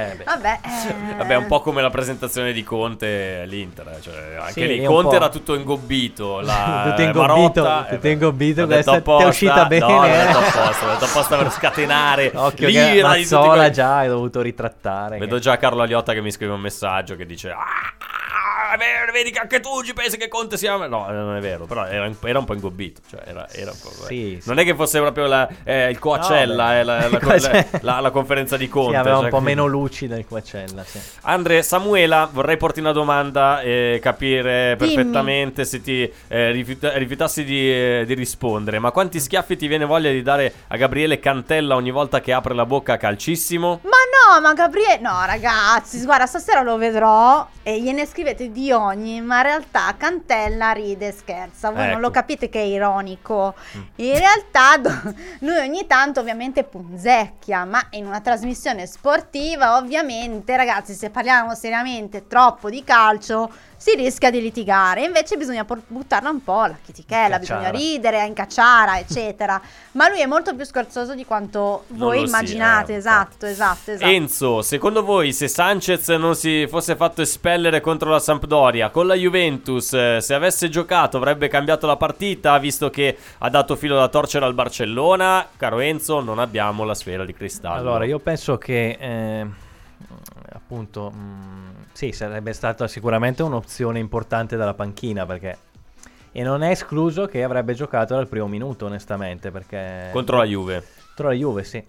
Vabbè, un po' come la presentazione di Conte all'Inter, cioè anche Sì, lì un Conte po'. era tutto ingobbito, tutto ingobbito, questa ti è uscita bene. No, l'ho detto apposta per scatenare. Occhio l'ira che di tutti Mazzola quelli- già hai dovuto ritrattare. Vedo già Carlo Aliotta che mi scrive un messaggio che dice vedi che anche tu ci pensi che Conte sia... No, non è vero, però era un po' ingobbito, cioè era un po'... Sì. Non è che fosse proprio il Coachella, la conferenza di Conte. Sì, aveva cioè, un po' meno luci del Coachella, sì. Andre, Samuela, vorrei porti una domanda e capire Dimmi. perfettamente se ti rifiutassi di rispondere. Ma quanti schiaffi ti viene voglia di dare a Gabriele Cantella ogni volta che apre la bocca a calcissimo? Ma Gabriele, no ragazzi, guarda, stasera lo vedrò e gliene scrivete di ogni, ma in realtà Cantella ride e scherza. Voi non lo capite che è ironico. In realtà lui ogni tanto ovviamente punzecchia, ma in una trasmissione sportiva ovviamente, ragazzi, se parliamo seriamente troppo di calcio si rischia di litigare, invece bisogna buttarla un po' la chitichella, bisogna ridere, incacciara, eccetera. Ma lui è molto più scherzoso di quanto voi immaginate. Esatto. Enzo, secondo voi se Sanchez non si fosse fatto espellere contro la Sampdoria con la Juventus, se avesse giocato avrebbe cambiato la partita, visto che ha dato filo da torcere al Barcellona? Caro Enzo, non abbiamo la sfera di cristallo. Allora, io penso che appunto sì, sarebbe stata sicuramente un'opzione importante dalla panchina, perché non è escluso che avrebbe giocato dal primo minuto, onestamente, perché Contro la Juve. Contro la Juve, sì.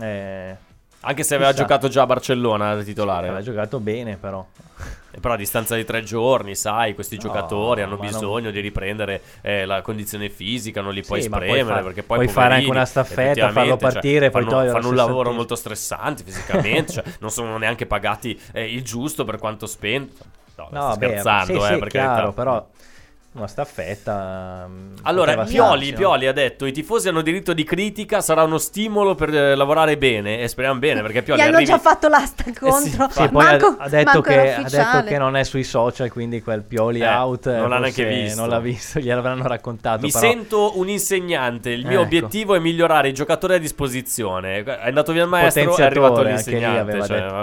Anche se aveva giocato già a Barcellona da titolare. Aveva giocato bene, però. Però a distanza di 3 giorni, sai, questi giocatori hanno bisogno di riprendere la condizione fisica, non li puoi spremere, perché poi puoi fare anche una staffetta, farlo partire, poi fanno un lavoro molto stressante fisicamente, cioè, non sono neanche pagati il giusto per quanto spento. No, scherzando, sì, perché chiaro, però una staffetta. Allora, Pioli ha detto: i tifosi hanno diritto di critica, sarà uno stimolo per lavorare bene. E speriamo bene, perché Pioli gli hanno già fatto l'asta contro. Sì, poi ha detto che non è sui social, quindi quel Pioli out non l'ha neanche visto. Non l'ha visto, gliel'avranno raccontato. Mi sento un insegnante. Il mio obiettivo è migliorare i giocatori a disposizione. È andato via il maestro, è arrivato l'insegnante.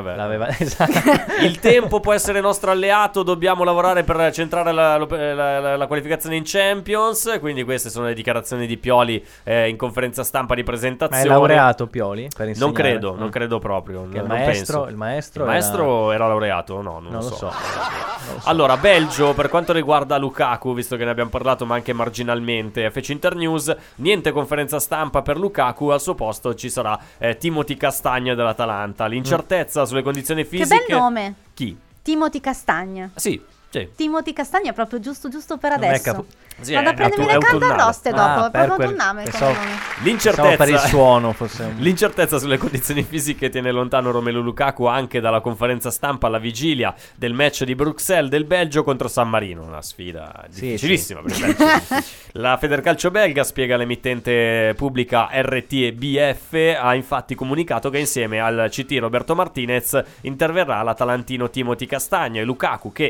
Il tempo può essere nostro alleato. Dobbiamo lavorare per centrare la qualificazione in Champions. Quindi queste sono le dichiarazioni di Pioli in conferenza stampa di presentazione. Ma è laureato Pioli per insegnare? Non credo proprio. Il maestro era laureato? No, non lo so. Non lo so. Allora, Belgio, per quanto riguarda Lukaku, visto che ne abbiamo parlato ma anche marginalmente, FC Internews, niente conferenza stampa per Lukaku, al suo posto ci sarà Timothy Castagna dell'Atalanta. L'incertezza sulle condizioni fisiche. Che bel nome. Chi? Timothy Castagna. Sì. Timothy Castagna è proprio giusto per adesso. Vado a prendermi le carte arroste dopo. È proprio un nome. L'incertezza per il suono forse. L'incertezza sulle condizioni fisiche tiene lontano Romelu Lukaku anche dalla conferenza stampa alla vigilia del match di Bruxelles del Belgio contro San Marino. Una sfida difficilissima per il Belgio. La Federcalcio belga, spiega l'emittente pubblica RTBF, ha infatti comunicato che insieme al CT Roberto Martinez interverrà l'Atalantino Timothy Castagna e Lukaku, che in seguito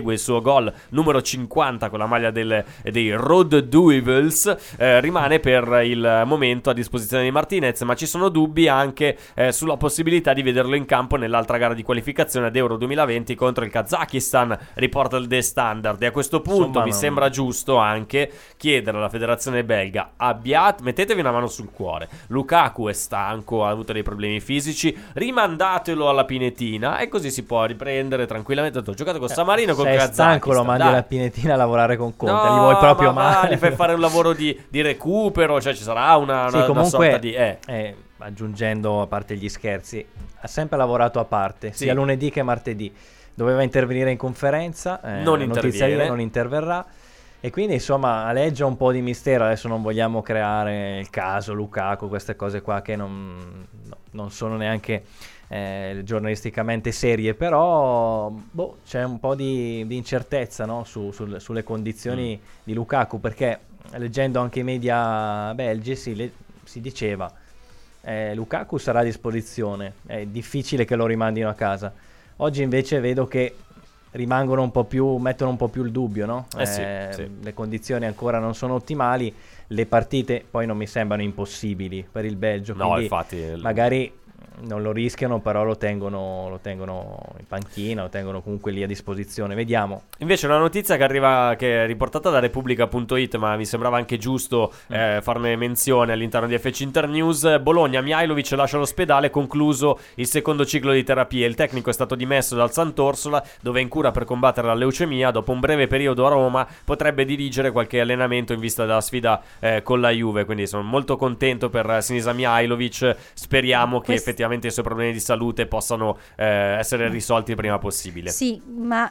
consegue il suo gol numero 50 con la maglia dei Road Devils, rimane per il momento a disposizione di Martinez, ma ci sono dubbi anche sulla possibilità di vederlo in campo nell'altra gara di qualificazione ad Euro 2020 contro il Kazakistan, riporta il The Standard. E a questo punto mi sembra giusto anche chiedere alla federazione belga: mettetevi una mano sul cuore, Lukaku è stanco, ha avuto dei problemi fisici, rimandatelo alla Pinetina e così si può riprendere tranquillamente. Ho giocato con San Marino, con Kazakistan. Sei stanco, lo mandi alla Pinetina a lavorare con Conte, gli vuoi proprio male. Gli fai fare un lavoro di recupero, cioè ci sarà una sorta di... aggiungendo, a parte gli scherzi, ha sempre lavorato a parte, sia lunedì che martedì. Doveva intervenire in conferenza, non interverrà. E quindi insomma aleggia un po' di mistero. Adesso non vogliamo creare il caso Lukaku, queste cose qua che non sono neanche giornalisticamente serie, però c'è un po' di incertezza, no? sulle condizioni di Lukaku, perché leggendo anche i media belgi si diceva Lukaku sarà a disposizione, è difficile che lo rimandino a casa. Oggi invece vedo che mettono un po' più il dubbio, no? Sì. Le condizioni ancora non sono ottimali, le partite poi non mi sembrano impossibili per il Belgio, quindi infatti magari non lo rischiano, però lo tengono in panchina, lo tengono comunque lì a disposizione. Vediamo. Invece una notizia che arriva, che è riportata da Repubblica.it, ma mi sembrava anche giusto farne menzione all'interno di FC Internews. Bologna, Mihajlovic lascia l'ospedale, concluso il secondo ciclo di terapia. Il tecnico è stato dimesso dal Sant'Orsola, dove è in cura per combattere la leucemia. Dopo un breve periodo a Roma potrebbe dirigere qualche allenamento in vista della sfida con la Juve. Quindi sono molto contento per Sinisa Mihajlovic. Speriamo che effettivamente i suoi problemi di salute possano essere risolti il prima possibile. Sì, ma...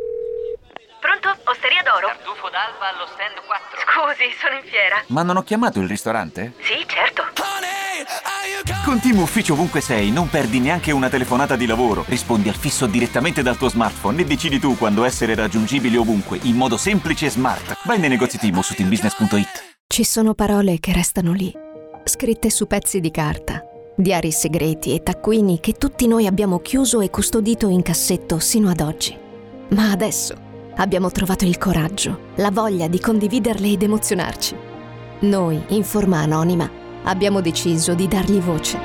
Pronto? Osteria d'Oro? Tartufo d'Alba allo stand 4. Scusi, sono in fiera. Ma non ho chiamato il ristorante? Sì, certo. Con Team Ufficio ovunque sei, non perdi neanche una telefonata di lavoro. Rispondi al fisso direttamente dal tuo smartphone e decidi tu quando essere raggiungibile ovunque, in modo semplice e smart. Vai nei negozi Team o su teambusiness.it. Ci sono parole che restano lì, scritte su pezzi di carta, diari segreti e taccuini che tutti noi abbiamo chiuso e custodito in cassetto sino ad oggi. Ma adesso abbiamo trovato il coraggio, la voglia di condividerle ed emozionarci. Noi, in forma anonima, abbiamo deciso di dargli voce.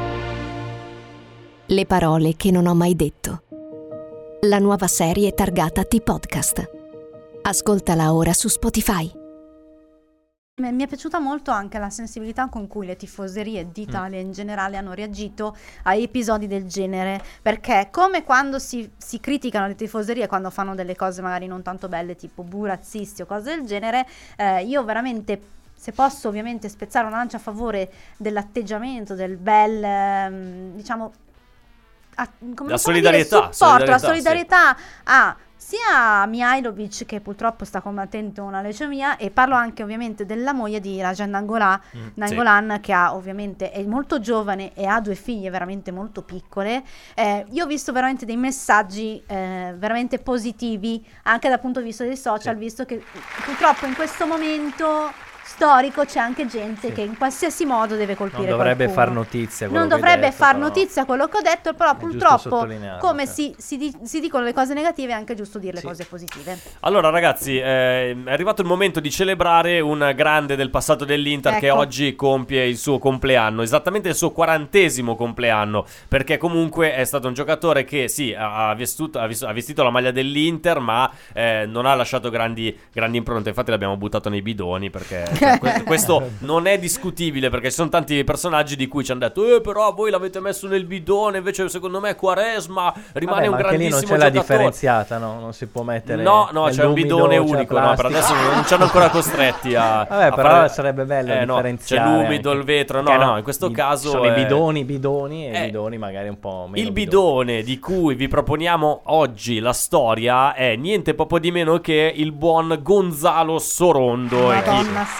Le parole che non ho mai detto. La nuova serie targata T-Podcast. Ascoltala ora su Spotify. Mi è piaciuta molto anche la sensibilità con cui le tifoserie d'Italia in generale hanno reagito a episodi del genere, perché come quando si criticano le tifoserie quando fanno delle cose magari non tanto belle, tipo razzisti o cose del genere, io veramente, se posso ovviamente spezzare una lancia a favore dell'atteggiamento, del bel, diciamo, la solidarietà, la solidarietà a sia Mihajlovic, che purtroppo sta combattendo una leucemia, e parlo anche ovviamente della moglie di Rajan Nainggolan, che ovviamente è molto giovane e ha 2 figlie veramente molto piccole. Io ho visto veramente dei messaggi veramente positivi anche dal punto di vista dei social, visto che purtroppo in questo momento storico c'è anche gente che in qualsiasi modo deve colpire non dovrebbe qualcuno. far notizia non dovrebbe far notizia quello che ho detto, però purtroppo come si dicono le cose negative è anche giusto dire le cose positive. Allora ragazzi, è arrivato il momento di celebrare un grande del passato dell'Inter, che oggi compie il suo compleanno, esattamente il suo 40° compleanno, perché comunque è stato un giocatore che ha vestito la maglia dell'Inter, ma non ha lasciato grandi impronte. Infatti l'abbiamo buttato nei bidoni, perché questo non è discutibile, perché ci sono tanti personaggi di cui ci hanno detto però voi l'avete messo nel bidone, invece secondo me Quaresma rimane un grandissimo giocatore. Non c'è la differenziata, no? Non si può mettere c'è un bidone unico, no? Per adesso non ci hanno ancora costretti a però fare... sarebbe bello differenziare. C'è l'umido, il vetro, no, in questo caso sono i bidoni e bidoni magari un po' meno. Il bidone di cui vi proponiamo oggi la storia è niente poco di meno che il buon Gonzalo Sorondo. Madonna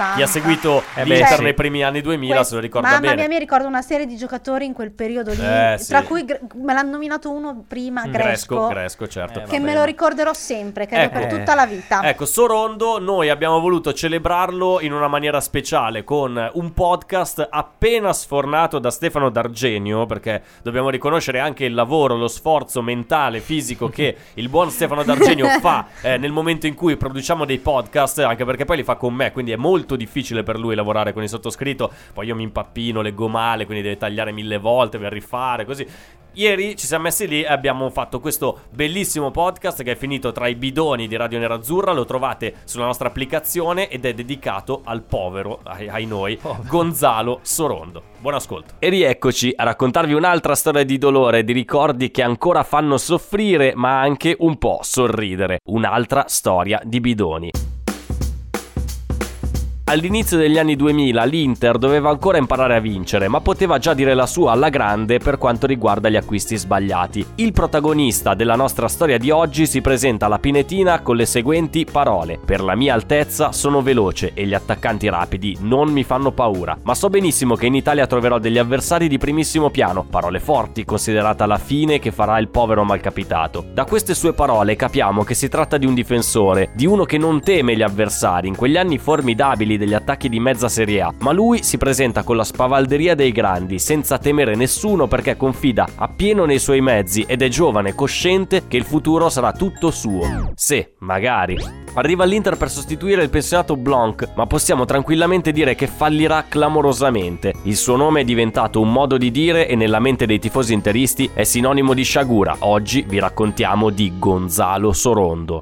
santa. Chi ha seguito l'Inter nei primi anni 2000 se lo ricorda bene. Mamma mia, mi ricordo una serie di giocatori in quel periodo lì, tra cui me l'hanno nominato uno prima, Gresco, certo. Che me lo ricorderò sempre, credo per tutta la vita. Ecco, Sorondo noi abbiamo voluto celebrarlo in una maniera speciale con un podcast appena sfornato da Stefano D'Argenio, perché dobbiamo riconoscere anche il lavoro, lo sforzo mentale, fisico che il buon Stefano D'Argenio fa nel momento in cui produciamo dei podcast, anche perché poi li fa con me, quindi è molto difficile per lui lavorare con il sottoscritto. Poi io mi impappino, leggo male, quindi deve tagliare 1000 volte per rifare, così. Ieri ci siamo messi lì e abbiamo fatto questo bellissimo podcast che è finito tra i bidoni di Radio Nerazzurra. Lo trovate sulla nostra applicazione ed è dedicato al povero, ai noi, Gonzalo Sorondo. Buon ascolto. E rieccoci a raccontarvi un'altra storia di dolore, di ricordi che ancora fanno soffrire ma anche un po' sorridere. Un'altra storia di bidoni. All'inizio degli anni 2000 l'Inter doveva ancora imparare a vincere, ma poteva già dire la sua alla grande per quanto riguarda gli acquisti sbagliati. Il protagonista della nostra storia di oggi si presenta alla Pinetina con le seguenti parole: per la mia altezza sono veloce e gli attaccanti rapidi non mi fanno paura, ma so benissimo che in Italia troverò degli avversari di primissimo piano. Parole forti, considerata la fine che farà il povero malcapitato. Da queste sue parole capiamo che si tratta di un difensore, di uno che non teme gli avversari in quegli anni formidabili degli attacchi di mezza Serie A, ma lui si presenta con la spavalderia dei grandi, senza temere nessuno perché confida appieno nei suoi mezzi ed è giovane, cosciente che il futuro sarà tutto suo. Se, magari. Arriva all'Inter per sostituire il pensionato Blanc, ma possiamo tranquillamente dire che fallirà clamorosamente. Il suo nome è diventato un modo di dire e nella mente dei tifosi interisti è sinonimo di sciagura. Oggi vi raccontiamo di Gonzalo Sorondo.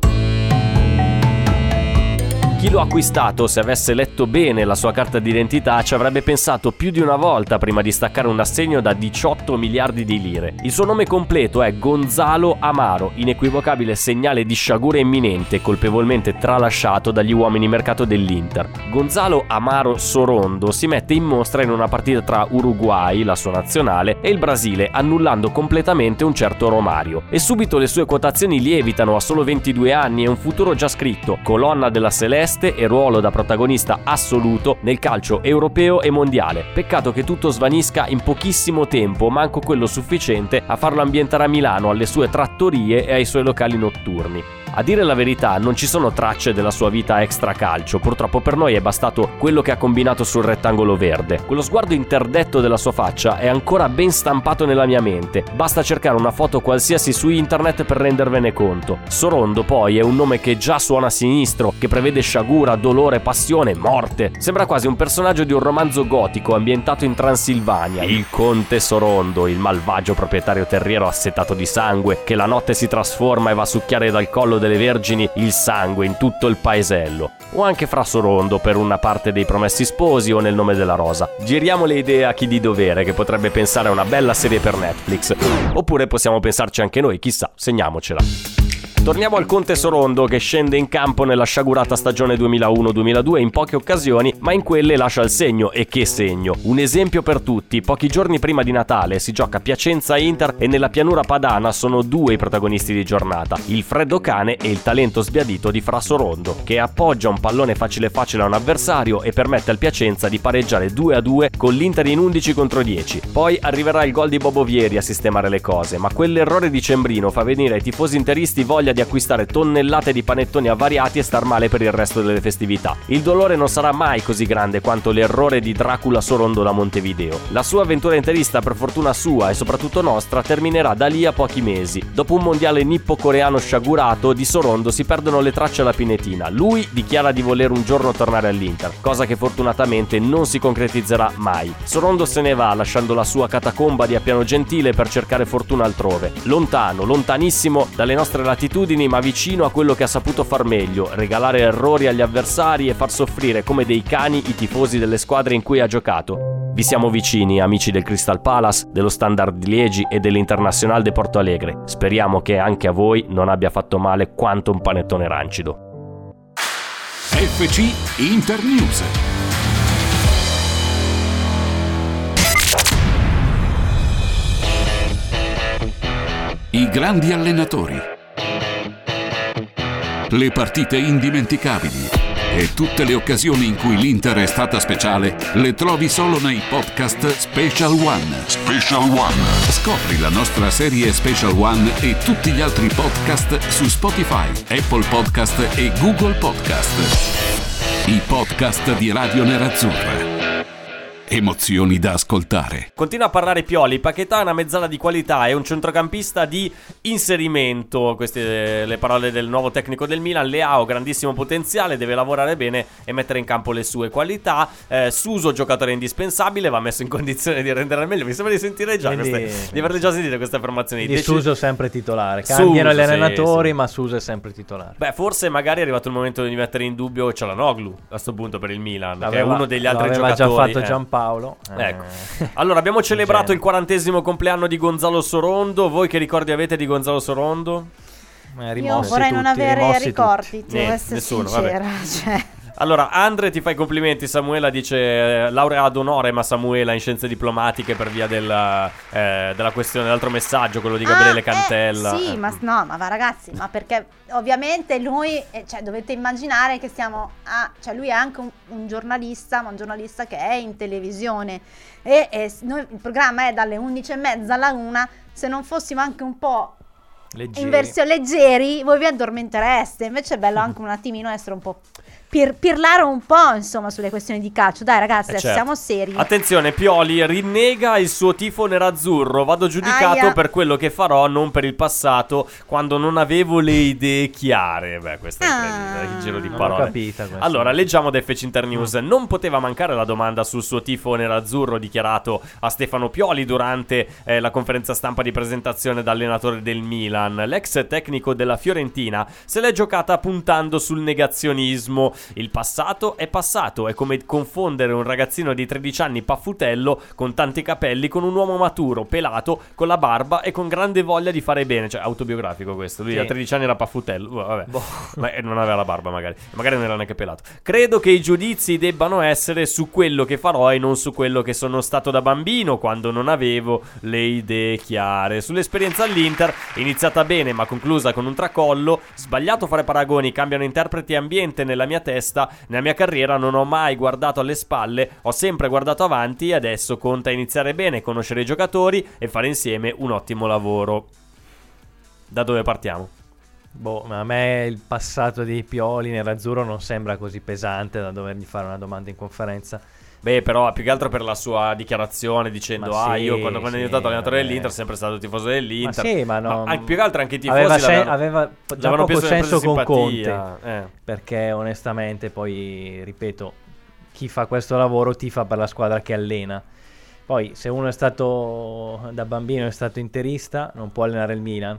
Chi lo ha acquistato, se avesse letto bene la sua carta d'identità, ci avrebbe pensato più di una volta prima di staccare un assegno da 18 miliardi di lire. Il suo nome completo è Gonzalo Amaro, inequivocabile segnale di sciagura imminente, colpevolmente tralasciato dagli uomini mercato dell'Inter. Gonzalo Amaro Sorondo si mette in mostra in una partita tra Uruguay, la sua nazionale, e il Brasile, annullando completamente un certo Romario. E subito le sue quotazioni lievitano a solo 22 anni e un futuro già scritto, colonna della Celeste e ruolo da protagonista assoluto nel calcio europeo e mondiale. Peccato che tutto svanisca in pochissimo tempo, manco quello sufficiente a farlo ambientare a Milano, alle sue trattorie e ai suoi locali notturni. A dire la verità, non ci sono tracce della sua vita extra calcio. Purtroppo per noi è bastato quello che ha combinato sul rettangolo verde. Quello sguardo interdetto della sua faccia è ancora ben stampato nella mia mente. Basta cercare una foto qualsiasi su internet per rendervene conto. Sorondo poi è un nome che già suona sinistro, che prevede sciagura, dolore, passione, morte. Sembra quasi un personaggio di un romanzo gotico ambientato in Transilvania. Il conte Sorondo, il malvagio proprietario terriero assetato di sangue, che la notte si trasforma e va a succhiare dal collo delle vergini il sangue in tutto il paesello. O anche Fra Sorondo per una parte dei Promessi Sposi o Nel nome della rosa. Giriamo le idee a chi di dovere, che potrebbe pensare a una bella serie per Netflix. Oppure possiamo pensarci anche noi, chissà, segniamocela. Torniamo al conte Sorondo, che scende in campo nella sciagurata stagione 2001-2002 in poche occasioni, ma in quelle lascia il segno. E che segno! Un esempio per tutti. Pochi giorni prima di Natale si gioca Piacenza-Inter e nella pianura padana sono due i protagonisti di giornata: il freddo cane e il talento sbiadito di Fra Sorondo, che appoggia un pallone facile facile a un avversario e permette al Piacenza di pareggiare 2-2 con l'Inter in 11 contro 10. Poi arriverà il gol di Bobo Vieri a sistemare le cose, ma quell'errore di Cembrino fa venire ai tifosi interisti voglia di acquistare tonnellate di panettoni avariati e star male per il resto delle festività. Il dolore non sarà mai così grande quanto l'errore di Dracula Sorondo da Montevideo. La sua avventura interista, per fortuna sua e soprattutto nostra, terminerà da lì a pochi mesi. Dopo un mondiale nippo-coreano sciagurato, di Sorondo si perdono le tracce alla Pinetina. Lui dichiara di voler un giorno tornare all'Inter, cosa che fortunatamente non si concretizzerà mai. Sorondo se ne va, lasciando la sua catacomba di Appiano Gentile per cercare fortuna altrove, lontano, lontanissimo dalle nostre latitudini, ma vicino a quello che ha saputo far meglio: regalare errori agli avversari e far soffrire come dei cani i tifosi delle squadre in cui ha giocato. Vi siamo vicini, amici del Crystal Palace, dello Standard di Liegi e dell'Internacional de Porto Alegre. Speriamo che anche a voi non abbia fatto male quanto un panettone rancido. FC Inter News. I grandi allenatori. Le partite indimenticabili. E tutte le occasioni in cui l'Inter è stata speciale le trovi solo nei podcast Special One. Special One. Scopri la nostra serie Special One e tutti gli altri podcast su Spotify, Apple Podcast e Google Podcast. I podcast di Radio Nerazzurra. Emozioni da ascoltare. Continua a parlare Pioli. Paquetá è una mezzala di qualità, è un centrocampista di inserimento. Queste le parole del nuovo tecnico del Milan. Leao, grandissimo potenziale, deve lavorare bene e mettere in campo le sue qualità. Suso, giocatore indispensabile, va messo in condizione di rendere al meglio. Mi sembra di sentire già di averle già sentite queste affermazioni. Di Suso sempre titolare. Cambiano gli allenatori, sì. Ma Suso è sempre titolare. Beh, forse magari è arrivato il momento di mettere in dubbio Çalhanoğlu a sto punto per il Milan, che è uno degli altri giocatori. Già fatto Giampaolo. Ecco. Allora, abbiamo celebrato il 40° compleanno di Gonzalo Sorondo. Voi che ricordi avete di Gonzalo Sorondo? Io vorrei non avere ricordi, devo essere nessuno, sincera. Cioè. Allora, Andre ti fa i complimenti. Samuela dice laurea ad onore, ma Samuela in scienze diplomatiche per via della questione dell'altro messaggio, quello di Gabriele Cantella. Sì, ma no, ma va ragazzi, ma perché ovviamente lui, cioè dovete immaginare che stiamo cioè lui è anche un giornalista, ma un giornalista che è in televisione e noi, il programma è dalle 11:30 alla 1. Se non fossimo anche un po' leggeri, voi vi addormentereste. Invece è bello anche un attimino essere un po' pirlare un po', insomma, sulle questioni di calcio. Dai ragazzi, adesso siamo seri. Attenzione, Pioli rinnega il suo tifo nerazzurro. Vado giudicato per quello che farò, non per il passato, quando non avevo le idee chiare. Beh, questo è incredibile, il giro di parole. L'ho capita questa. Allora, leggiamo da FC Internews. Non poteva mancare la domanda sul suo tifo nerazzurro dichiarato a Stefano Pioli durante la conferenza stampa di presentazione da allenatore del Milan. L'ex tecnico della Fiorentina se l'è giocata puntando sul negazionismo. Il passato, è come confondere un ragazzino di 13 anni paffutello con tanti capelli con un uomo maturo, pelato, con la barba e con grande voglia di fare bene. Cioè, autobiografico questo. Lui a 13 anni era paffutello. Vabbè. Ma non aveva la barba magari non era neanche pelato. Credo che i giudizi debbano essere su quello che farò e non su quello che sono stato da bambino quando non avevo le idee chiare. Sull'esperienza all'Inter, iniziata bene ma conclusa con un tracollo. Sbagliato fare paragoni, cambiano interpreti e ambiente nella mia testa. Nella mia carriera non ho mai guardato alle spalle, ho sempre guardato avanti e adesso conta iniziare bene, conoscere i giocatori e fare insieme un ottimo lavoro. Da dove partiamo? Ma a me il passato di Pioli nerazzurro non sembra così pesante da dovergli fare una domanda in conferenza. Beh, però più che altro per la sua dichiarazione dicendo io quando è diventato allenatore dell'Inter sono sempre stato tifoso dell'Inter. Ma più che altro anche i tifosi aveva già poco senso con Conte, perché onestamente poi ripeto, chi fa questo lavoro tifa per la squadra che allena. Poi se uno è stato da bambino è stato interista non può allenare il Milan,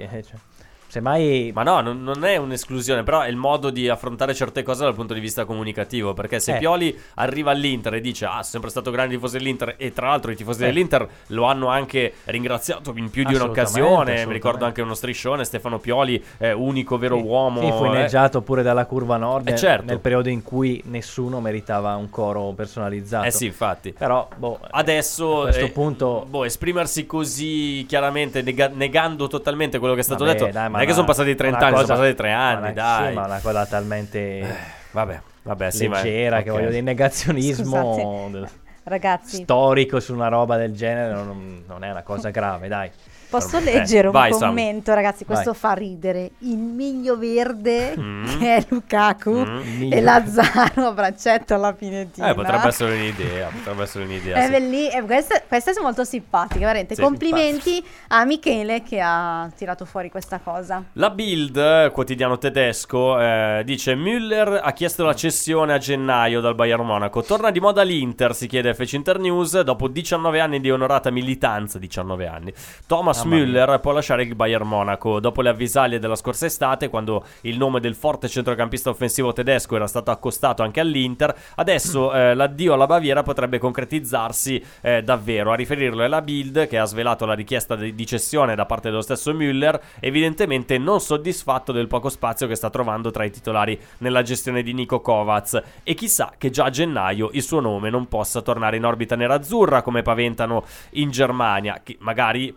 semmai... Ma no, non è un'esclusione, però è il modo di affrontare certe cose dal punto di vista comunicativo. Perché se Pioli arriva all'Inter e dice sono sempre stato grande tifoso dell'Inter, e tra l'altro i tifosi dell'Inter lo hanno anche ringraziato in più di un'occasione. Mi ricordo anche uno striscione, Stefano Pioli, unico vero uomo. Sì, fu inneggiato pure dalla curva nord nel periodo in cui nessuno meritava un coro personalizzato. Sì, infatti. Però adesso a questo punto esprimersi così chiaramente negando totalmente quello che è stato detto, non è che sono passati 30 anni, sono passati 3 anni, dai. Sì, ma una cosa talmente vabbè, leggera, che voglio dire, negazionismo ragazzi storico su una roba del genere non è una cosa grave, dai. Posso leggere un commento, ragazzi? Questo fa ridere. Il miglio verde che è Lukaku e Lazzaro braccetto alla Pinetina. Potrebbe essere un'idea. Questa è molto simpatica, veramente. Sì, complimenti a Michele che ha tirato fuori questa cosa. La Bild, quotidiano tedesco, dice: Müller ha chiesto la cessione a gennaio dal Bayern Monaco. Torna di moda l'Inter, si chiede FC Internews, dopo 19 anni di onorata militanza. 19 anni. Thomas Müller può lasciare il Bayern Monaco dopo le avvisaglie della scorsa estate, quando il nome del forte centrocampista offensivo tedesco era stato accostato anche all'Inter. Adesso l'addio alla Baviera potrebbe concretizzarsi davvero. A riferirlo è la Bild, che ha svelato la richiesta di cessione da parte dello stesso Müller, evidentemente non soddisfatto del poco spazio che sta trovando tra i titolari nella gestione di Niko Kovac, e chissà che già a gennaio il suo nome non possa tornare in orbita nerazzurra come paventano in Germania, che magari potrebbe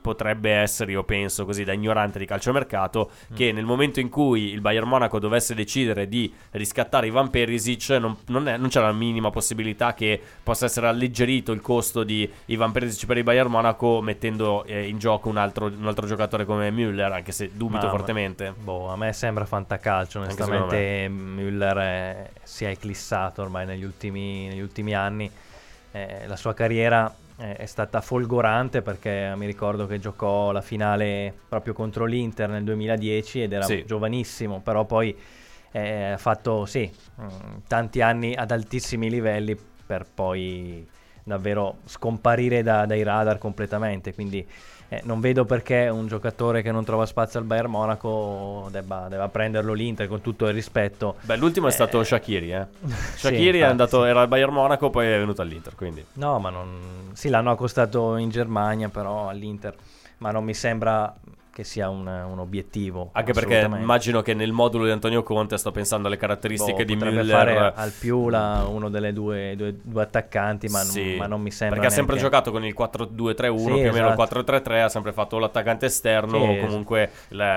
potrebbe essere, io penso così da ignorante di calciomercato, che nel momento in cui il Bayern Monaco dovesse decidere di riscattare Ivan Perisic, non c'è la minima possibilità che possa essere alleggerito il costo di Ivan Perisic per il Bayern Monaco mettendo in gioco un altro giocatore come Müller, anche se dubito fortemente. A me sembra fantacalcio, onestamente. Müller si è eclissato ormai negli ultimi anni. La sua carriera è stata folgorante, perché mi ricordo che giocò la finale proprio contro l'Inter nel 2010 ed era giovanissimo, però poi ha fatto tanti anni ad altissimi livelli per poi davvero scomparire dai radar completamente, quindi non vedo perché un giocatore che non trova spazio al Bayern Monaco debba prenderlo l'Inter, con tutto il rispetto. L'ultimo è stato Shaqiri. Shaqiri è andato, era al Bayern Monaco, poi è venuto all'Inter, quindi. No, ma l'hanno accostato in Germania, però all'Inter, ma non mi sembra che sia un obiettivo, anche perché immagino che nel modulo di Antonio Conte, sto pensando alle caratteristiche di Müller, fare al più uno delle due attaccanti, ma non mi sembra, perché ha sempre giocato con il 4-2-3-1, più o meno il 4-3-3, ha sempre fatto l'attaccante esterno, o comunque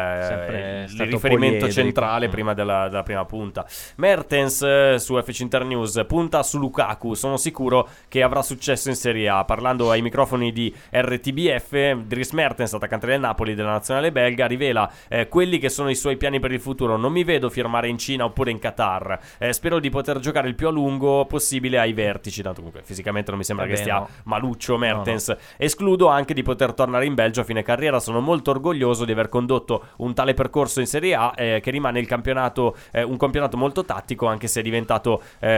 il riferimento centrale prima della prima punta. Mertens su FC Internews punta su Lukaku: sono sicuro che avrà successo in Serie A. Parlando ai microfoni di RTBF, Dries Mertens, attaccante del Napoli, della nazionale belga, rivela quelli che sono i suoi piani per il futuro. Non mi vedo firmare in Cina oppure in Qatar, spero di poter giocare il più a lungo possibile ai vertici, tanto comunque fisicamente non mi sembra che stia maluccio Mertens. No. Escludo anche di poter tornare in Belgio a fine carriera. Sono molto orgoglioso di aver condotto un tale percorso in Serie A, che rimane un campionato molto tattico, anche se è diventato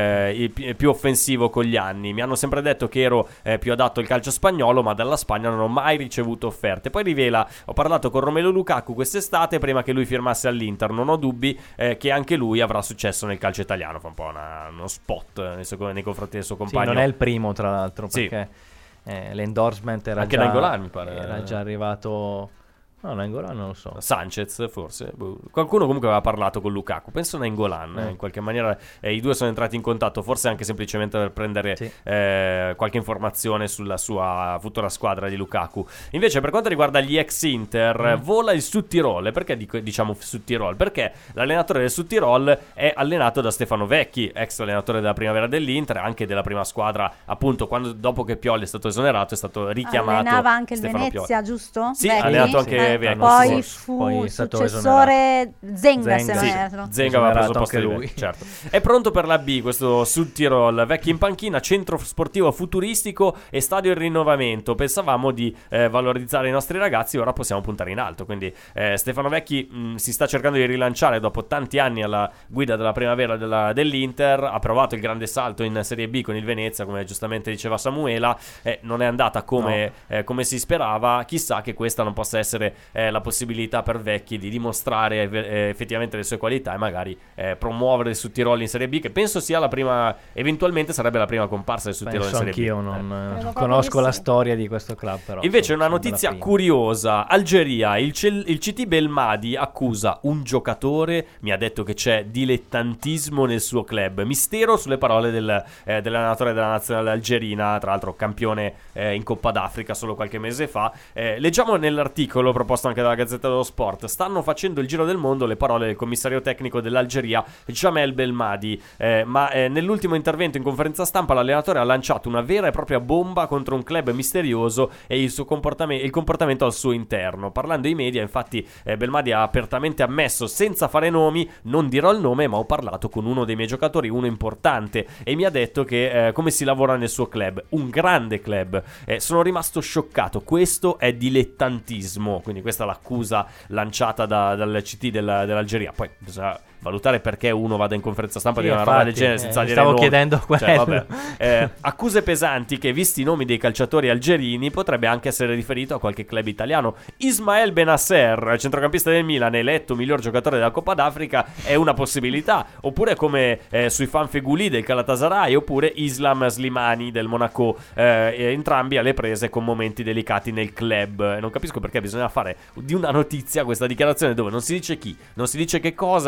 più offensivo con gli anni. Mi hanno sempre detto che ero più adatto al calcio spagnolo, ma dalla Spagna non ho mai ricevuto offerte. Poi rivela: ho parlato con Romelu Lukaku quest'estate prima che lui firmasse all'Inter, non ho dubbi che anche lui avrà successo nel calcio italiano. Fa un po' uno spot nei confronti del suo compagno. Non è il primo, tra l'altro, perché l'endorsement era anche Nainggolan, mi pare. Era già arrivato. No, Nainggolan non lo so. Sanchez forse. Qualcuno comunque aveva parlato con Lukaku. Penso Nainggolan. In qualche maniera i due sono entrati in contatto, forse anche semplicemente per prendere qualche informazione sulla sua futura squadra di Lukaku. Invece per quanto riguarda gli ex Inter, vola il Südtirol. Perché diciamo Südtirol? Perché l'allenatore del Südtirol è allenato da Stefano Vecchi, ex allenatore della primavera dell'Inter, anche della prima squadra, appunto, dopo che Pioli è stato esonerato è stato richiamato. Allenava anche il Stefano Venezia, Pioli. Giusto? Sì, ha allenato anche poi fu il successore Zenga, Zenga aveva preso il posto di lui. Certo. È pronto per la B questo Südtirol. Vecchi in panchina, centro sportivo futuristico e stadio in rinnovamento. Pensavamo di valorizzare i nostri ragazzi, ora possiamo puntare in alto. Quindi Stefano Vecchi si sta cercando di rilanciare dopo tanti anni alla guida della primavera dell'Inter. Ha provato il grande salto in Serie B con il Venezia, come giustamente diceva Samuela, non è andata come si sperava. Chissà che questa non possa essere la possibilità per Vecchi di dimostrare effettivamente le sue qualità e magari promuovere il Südtirol in Serie B, che penso sia la prima, eventualmente sarebbe la prima comparsa del Südtirol in Serie B. Anch'io non conosco la storia di questo club, però invece una notizia curiosa: Algeria, il CT Belmadi accusa un giocatore, mi ha detto che c'è dilettantismo nel suo club. Mistero sulle parole dell'allenatore della nazionale algerina, tra l'altro campione in Coppa d'Africa solo qualche mese fa. Leggiamo nell'articolo proposto anche dalla Gazzetta dello Sport: stanno facendo il giro del mondo le parole del commissario tecnico dell'Algeria Jamel Belmadi, ma nell'ultimo intervento in conferenza stampa l'allenatore ha lanciato una vera e propria bomba contro un club misterioso e il comportamento al suo interno. Parlando ai media, infatti, Belmadi ha apertamente ammesso, senza fare nomi: non dirò il nome, ma ho parlato con uno dei miei giocatori, uno importante, e mi ha detto che come si lavora nel suo club, un grande club. Sono rimasto scioccato, questo è dilettantismo. Quindi questa è l'accusa lanciata dal CT dell'Algeria. Poi bisogna valutare perché uno vada in conferenza stampa di una roba del genere senza dire stavo chiedendo quello. Accuse pesanti che, visti i nomi dei calciatori algerini, potrebbe anche essere riferito a qualche club italiano. Ismael Benasser, centrocampista del Milan, eletto miglior giocatore della Coppa d'Africa, è una possibilità. Oppure come sui fan Feghouli del Galatasaray, oppure Islam Slimani del Monaco, entrambi alle prese con momenti delicati nel club. Non capisco perché bisogna fare di una notizia questa dichiarazione dove non si dice chi, non si dice che cosa, si dice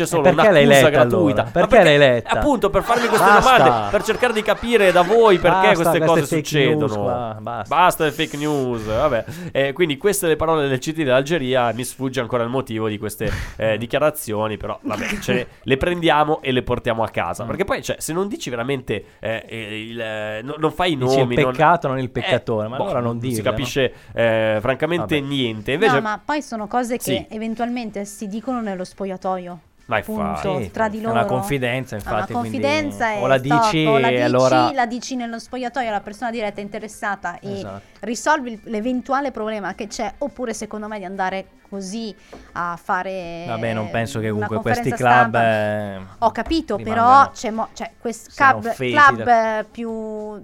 c'è solo un'accusa gratuita. Perché l'hai letta? Appunto, per farmi queste domande, per cercare di capire da voi perché queste cose succedono. Basta le fake news, vabbè. Quindi queste le parole del CT dell'Algeria, mi sfugge ancora il motivo di queste dichiarazioni, però vabbè, le prendiamo e le portiamo a casa, perché poi se non dici veramente non fai i nomi, il peccato non il peccatore, ma allora non dire, si capisce francamente niente. Invece, no, ma poi sono cose che eventualmente si dicono nello spogliatoio. Appunto, tra di loro è una confidenza, infatti, una confidenza, quindi, o la dici e allora la dici nello spogliatoio alla persona diretta interessata e risolvi l'eventuale problema che c'è, oppure secondo me di andare così a fare non penso che comunque questi club ho capito, però c'è questi club più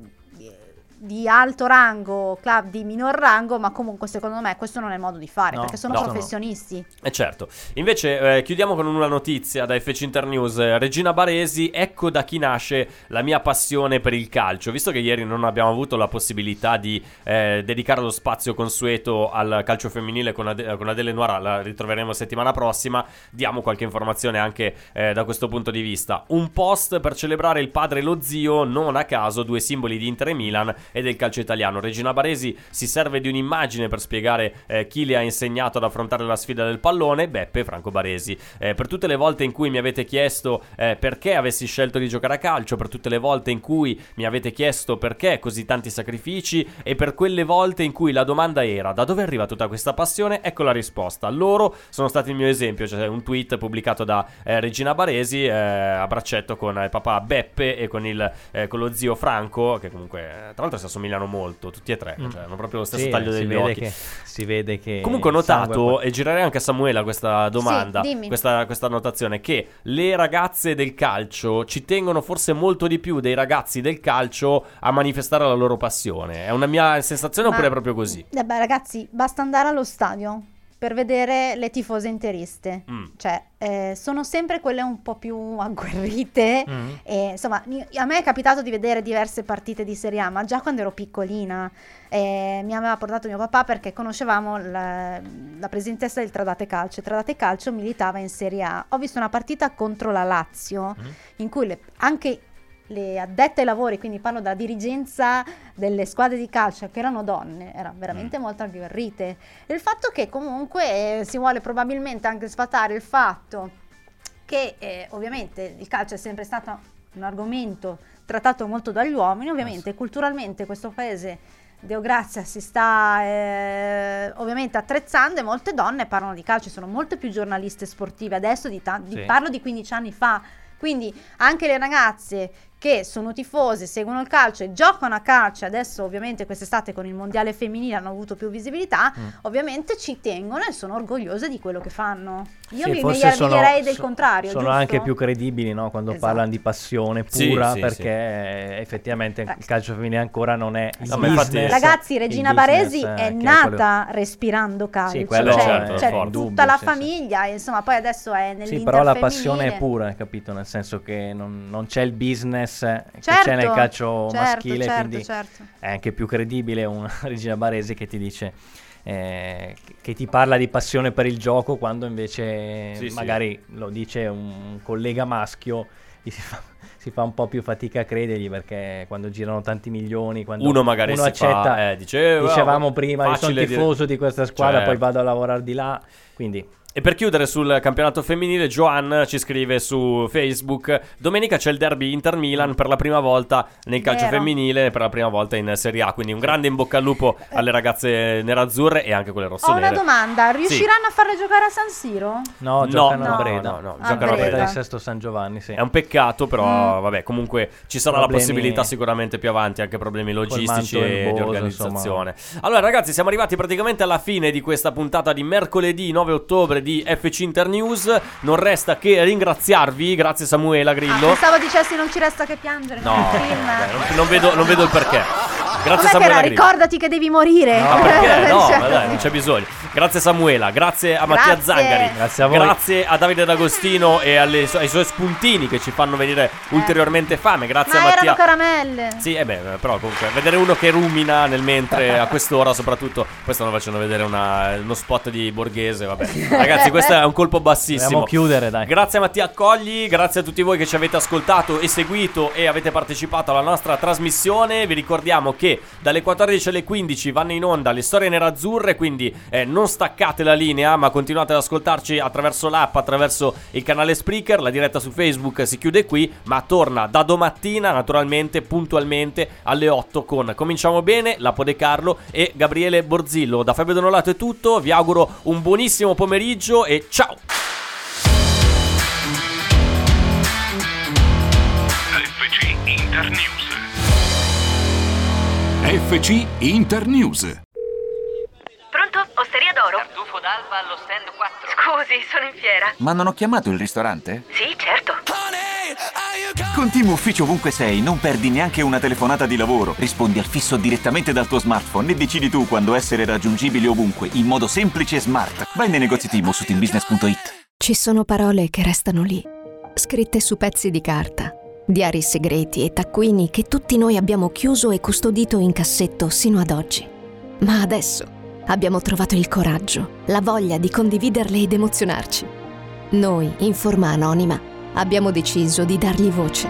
di alto rango, club di minor rango, ma comunque secondo me questo non è il modo di fare, perché sono professionisti. Certo. Invece chiudiamo con una notizia da FC Internews. Regina Baresi, ecco da chi nasce la mia passione per il calcio. Visto che ieri non abbiamo avuto la possibilità di dedicare lo spazio consueto al calcio femminile con Adele Noira, la ritroveremo settimana prossima, diamo qualche informazione anche da questo punto di vista. Un post per celebrare il padre e lo zio, non a caso due simboli di Inter e Milan e del calcio italiano. Regina Baresi si serve di un'immagine per spiegare chi le ha insegnato ad affrontare la sfida del pallone, Beppe Franco Baresi. Per tutte le volte in cui mi avete chiesto perché avessi scelto di giocare a calcio, per tutte le volte in cui mi avete chiesto perché così tanti sacrifici, e per quelle volte in cui la domanda era da dove arriva tutta questa passione, ecco la risposta. Loro sono stati il mio esempio. C'è un tweet pubblicato da Regina Baresi a braccetto con il papà Beppe e con lo zio Franco, che comunque tra l'altro si assomigliano molto tutti e tre, cioè hanno proprio lo stesso taglio degli occhi. Si vede che comunque ho notato, e girerei anche a Samuela questa domanda, questa annotazione, che le ragazze del calcio ci tengono forse molto di più dei ragazzi del calcio a manifestare la loro passione. È una mia sensazione oppure è proprio così? Beh, ragazzi, basta andare allo stadio per vedere le tifose interiste, cioè sono sempre quelle un po' più agguerrite, e, insomma, a me è capitato di vedere diverse partite di Serie A, ma già quando ero piccolina mi aveva portato mio papà, perché conoscevamo la presidentessa del Tradate Calcio. Tradate Calcio militava in Serie A. Ho visto una partita contro la Lazio in cui anche le addette ai lavori, quindi parlo della dirigenza delle squadre di calcio, che erano donne, erano veramente molto agguerrite. Il fatto che comunque si vuole probabilmente anche sfatare il fatto che ovviamente il calcio è sempre stato un argomento trattato molto dagli uomini, ovviamente culturalmente questo paese, Deo grazia, si sta ovviamente attrezzando, e molte donne parlano di calcio, sono molte più giornaliste sportive adesso parlo di 15 anni fa. Quindi anche le ragazze che sono tifose, seguono il calcio e giocano a calcio, adesso ovviamente quest'estate con il mondiale femminile hanno avuto più visibilità, ovviamente ci tengono e sono orgogliose di quello che fanno. Io mi direi del contrario. Sono giusto? Anche più credibili, no? Quando parlano di passione pura, perché effettivamente il calcio femminile ancora non è il business. Ragazzi, Regina Baresi è nata respirando calcio, c'è tutta la famiglia, insomma, poi adesso è nell'Inter però la femminile. passione è pura, capito? Nel senso che non c'è il business che c'è nel calcio maschile, quindi è anche più credibile una Regina Baresi che ti dice che ti parla di passione per il gioco, quando invece magari lo dice un collega maschio, si fa un po' più fatica a credergli, perché quando girano tanti milioni, quando uno magari uno accetta, dicevamo prima, io sono tifoso di questa squadra, poi vado a lavorare di là, quindi. E per chiudere sul campionato femminile, Joan ci scrive su Facebook: domenica c'è il derby Inter-Milan per la prima volta nel calcio femminile, per la prima volta in Serie A, quindi un grande in bocca al lupo alle ragazze nerazzurre e anche quelle rossonere. Ho una domanda, riusciranno a farle giocare a San Siro? No, giocano a Breda. No, giocano a Breda di Sesto San Giovanni, È un peccato, però vabbè, comunque ci sarà la possibilità sicuramente più avanti, anche problemi logistici e di organizzazione. Insomma. Allora ragazzi, siamo arrivati praticamente alla fine di questa puntata di mercoledì 9 ottobre di FC Internews. Non resta che ringraziarvi. Grazie Samuela Grillo. Pensavo dicessi non ci resta che piangere. No, non vedo il perché. Grazie Samuela Grillo. Ricordati che devi morire. No, perché? No, ma dai, non c'è bisogno. Grazie Samuela, grazie a Mattia Zangari, grazie a voi, grazie a Davide D'Agostino e ai suoi spuntini che ci fanno venire ulteriormente fame. Grazie a Mattia. Erano caramelle. Sì, però comunque vedere uno che rumina nel mentre a quest'ora, soprattutto poi stanno facendo vedere uno spot di Borghese, vabbè. Ragazzi, questo è un colpo bassissimo. Dobbiamo chiudere, dai. Grazie a Mattia Accogli, grazie a tutti voi che ci avete ascoltato e seguito e avete partecipato alla nostra trasmissione. Vi ricordiamo che dalle 14 alle 15 vanno in onda le storie nerazzurre, quindi non staccate la linea, ma continuate ad ascoltarci attraverso l'app, attraverso il canale Spreaker. La diretta su Facebook si chiude qui, ma torna da domattina, naturalmente, puntualmente alle 8 con Cominciamo Bene, Lapo De Carlo e Gabriele Borzillo. Da Fabio Donolato è tutto, vi auguro un buonissimo pomeriggio e ciao! FC Internews. FC Internews. Pronto? Osteria d'Oro? Tartufo d'alba allo stand 4. Scusi, sono in fiera. Ma non ho chiamato il ristorante? Sì, certo. Con Team Ufficio ovunque sei, non perdi neanche una telefonata di lavoro. Rispondi al fisso direttamente dal tuo smartphone e decidi tu quando essere raggiungibile ovunque, in modo semplice e smart. Vai nei negozi Team o su teambusiness.it. Ci sono parole che restano lì, scritte su pezzi di carta, diari segreti e taccuini che tutti noi abbiamo chiuso e custodito in cassetto sino ad oggi. Ma adesso abbiamo trovato il coraggio, la voglia di condividerle ed emozionarci. Noi, in forma anonima, abbiamo deciso di dargli voce.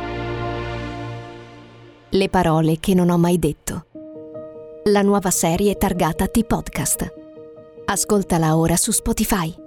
Le parole che non ho mai detto. La nuova serie targata T-Podcast. Ascoltala ora su Spotify.